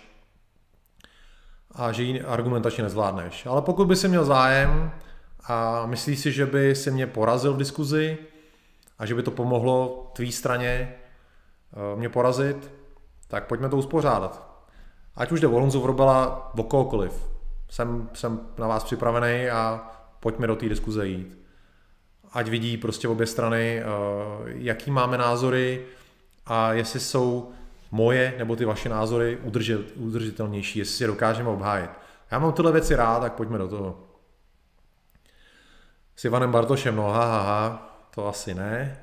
a že ji argumentačně nezvládneš. Ale pokud by si měl zájem a myslíš si, že by si mě porazil v diskuzi a že by to pomohlo tvý straně mě porazit, tak pojďme to uspořádat. Ať už jde o Honzu Vrobela, o kohokoliv. Jsem na vás připravený a pojďme do té diskuze jít. Ať vidí prostě obě strany, jaký máme názory a jestli jsou moje nebo ty vaše názory udržitelnější, jestli si je dokážeme obhájit. Já mám tyhle věci rád, tak pojďme do toho. S Ivanem Bartošem, no to asi ne.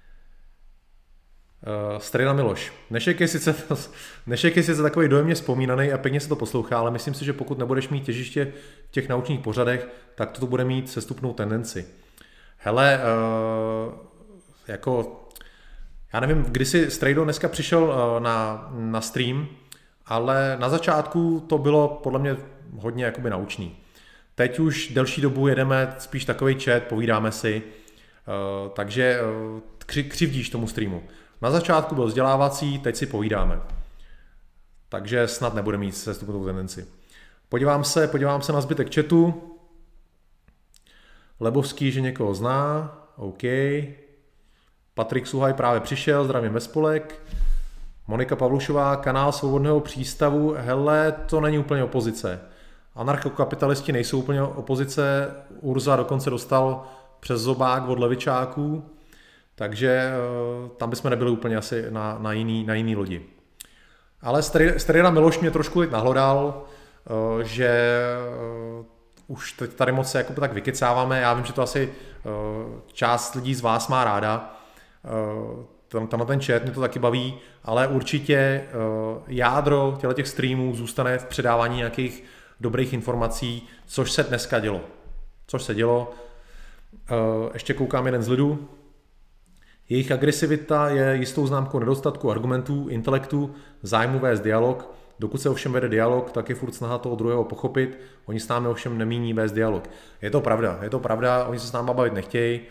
Strejda Miloš. Dnešek je sice takový dojemně vzpomínaný a pěkně se to poslouchá, ale myslím si, že pokud nebudeš mít těžiště v těch naučných pořadech, tak to bude mít sestupnou tendenci. Hele, jako, já nevím, kdy si Strejdo dneska přišel na stream, ale na začátku to bylo podle mě hodně jakoby naučný. Teď už delší dobu jedeme spíš takový chat, povídáme si, takže křivdíš tomu streamu. Na začátku byl vzdělávací, teď si povídáme. Takže snad nebude mít sestupnou tendenci. Podívám se na zbytek chatu. Lebovský, že někoho zná, OK. Patrik Suhaj právě přišel, zdravím ve spolek. Monika Pavlušová, kanál Svobodného přístavu, hele, to není úplně opozice. Anarchokapitalisti nejsou úplně opozice, Urza dokonce dostal přes zobák od levičáků, takže tam bychom nebyli úplně asi na jiný lodi. Ale Strejda Miloš mě trošku teď nahlodal, že už teď tady moc se jako tak vykecáváme, já vím, že to asi část lidí z vás má ráda, tam na ten chat mě to taky baví, ale určitě jádro těch streamů zůstane v předávání nějakých dobrých informací, což se dneska dělo. což se dělo. Ještě koukám jeden z lidů. Jejich agresivita je jistou známkou nedostatku argumentů, intelektu, zájmu vést dialog. Dokud se ovšem vede dialog, tak je furt snaha toho druhého pochopit. Oni s námi ovšem nemíní vést dialog. Je to pravda, oni se s námi bavit nechtějí.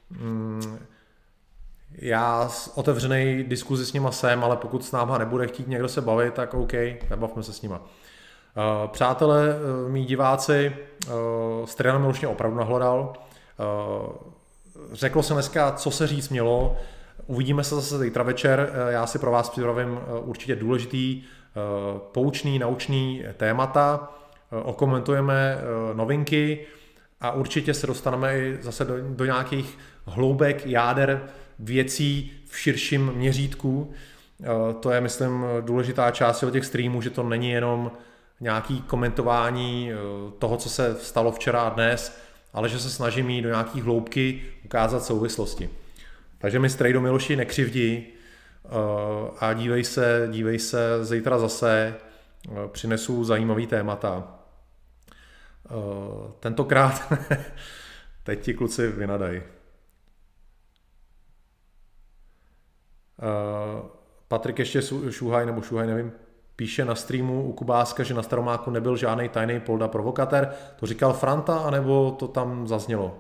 Já otevřenej diskuzi s nima jsem, ale pokud s náma nebude chtít někdo se bavit, tak OK, nebavme se s nima. Přátelé, mý diváci, Striana Miloš opravdu nahledal. Řeklo se dneska, co se říct mělo. Uvidíme se zase zítra večer. Já si pro vás připravím určitě důležitý, poučný, naučný témata. Okomentujeme novinky a určitě se dostaneme i zase do nějakých hloubek, jáder věcí v širším měřítku. To je, myslím, důležitá část těch streamů, že to není jenom nějaký komentování toho, co se stalo včera a dnes, ale že se snažím jít do nějaký hloubky, ukázat souvislosti. Takže mi Strejdo Miloši nekřivdí a dívej se zítra zase, přinesu zajímavý témata. Tentokrát teď ti kluci vynadají. Patrik ještě Šuhaj, nevím, píše na streamu u Kubáska, že na Staromáku nebyl žádný tajný polda provokatér. To říkal Franta, anebo to tam zaznělo?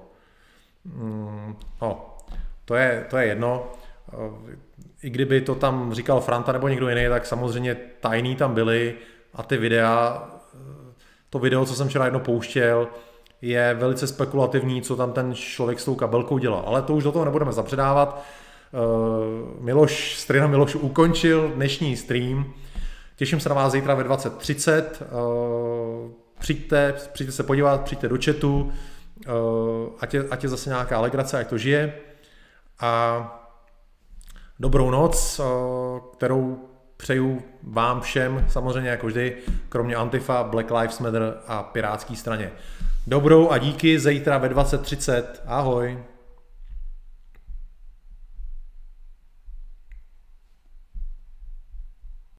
No, to je jedno. I kdyby to tam říkal Franta nebo někdo jiný, tak samozřejmě tajný tam byly a ty videa, to video, co jsem včera jedno pouštěl, je velice spekulativní, co tam ten člověk s tou kabelkou dělal. Ale to už do toho nebudeme zapředávat. Striana Miloš ukončil dnešní stream. Těším se na vás zítra ve 20:30. Přijďte se podívat, přijďte do chatu, ať je zase nějaká legrace, ať to žije. A dobrou noc, kterou přeju vám všem, samozřejmě jako vždy, kromě Antifa, Black Lives Matter a Pirátské straně. Dobrou a díky, zítra ve 20:30. Ahoj.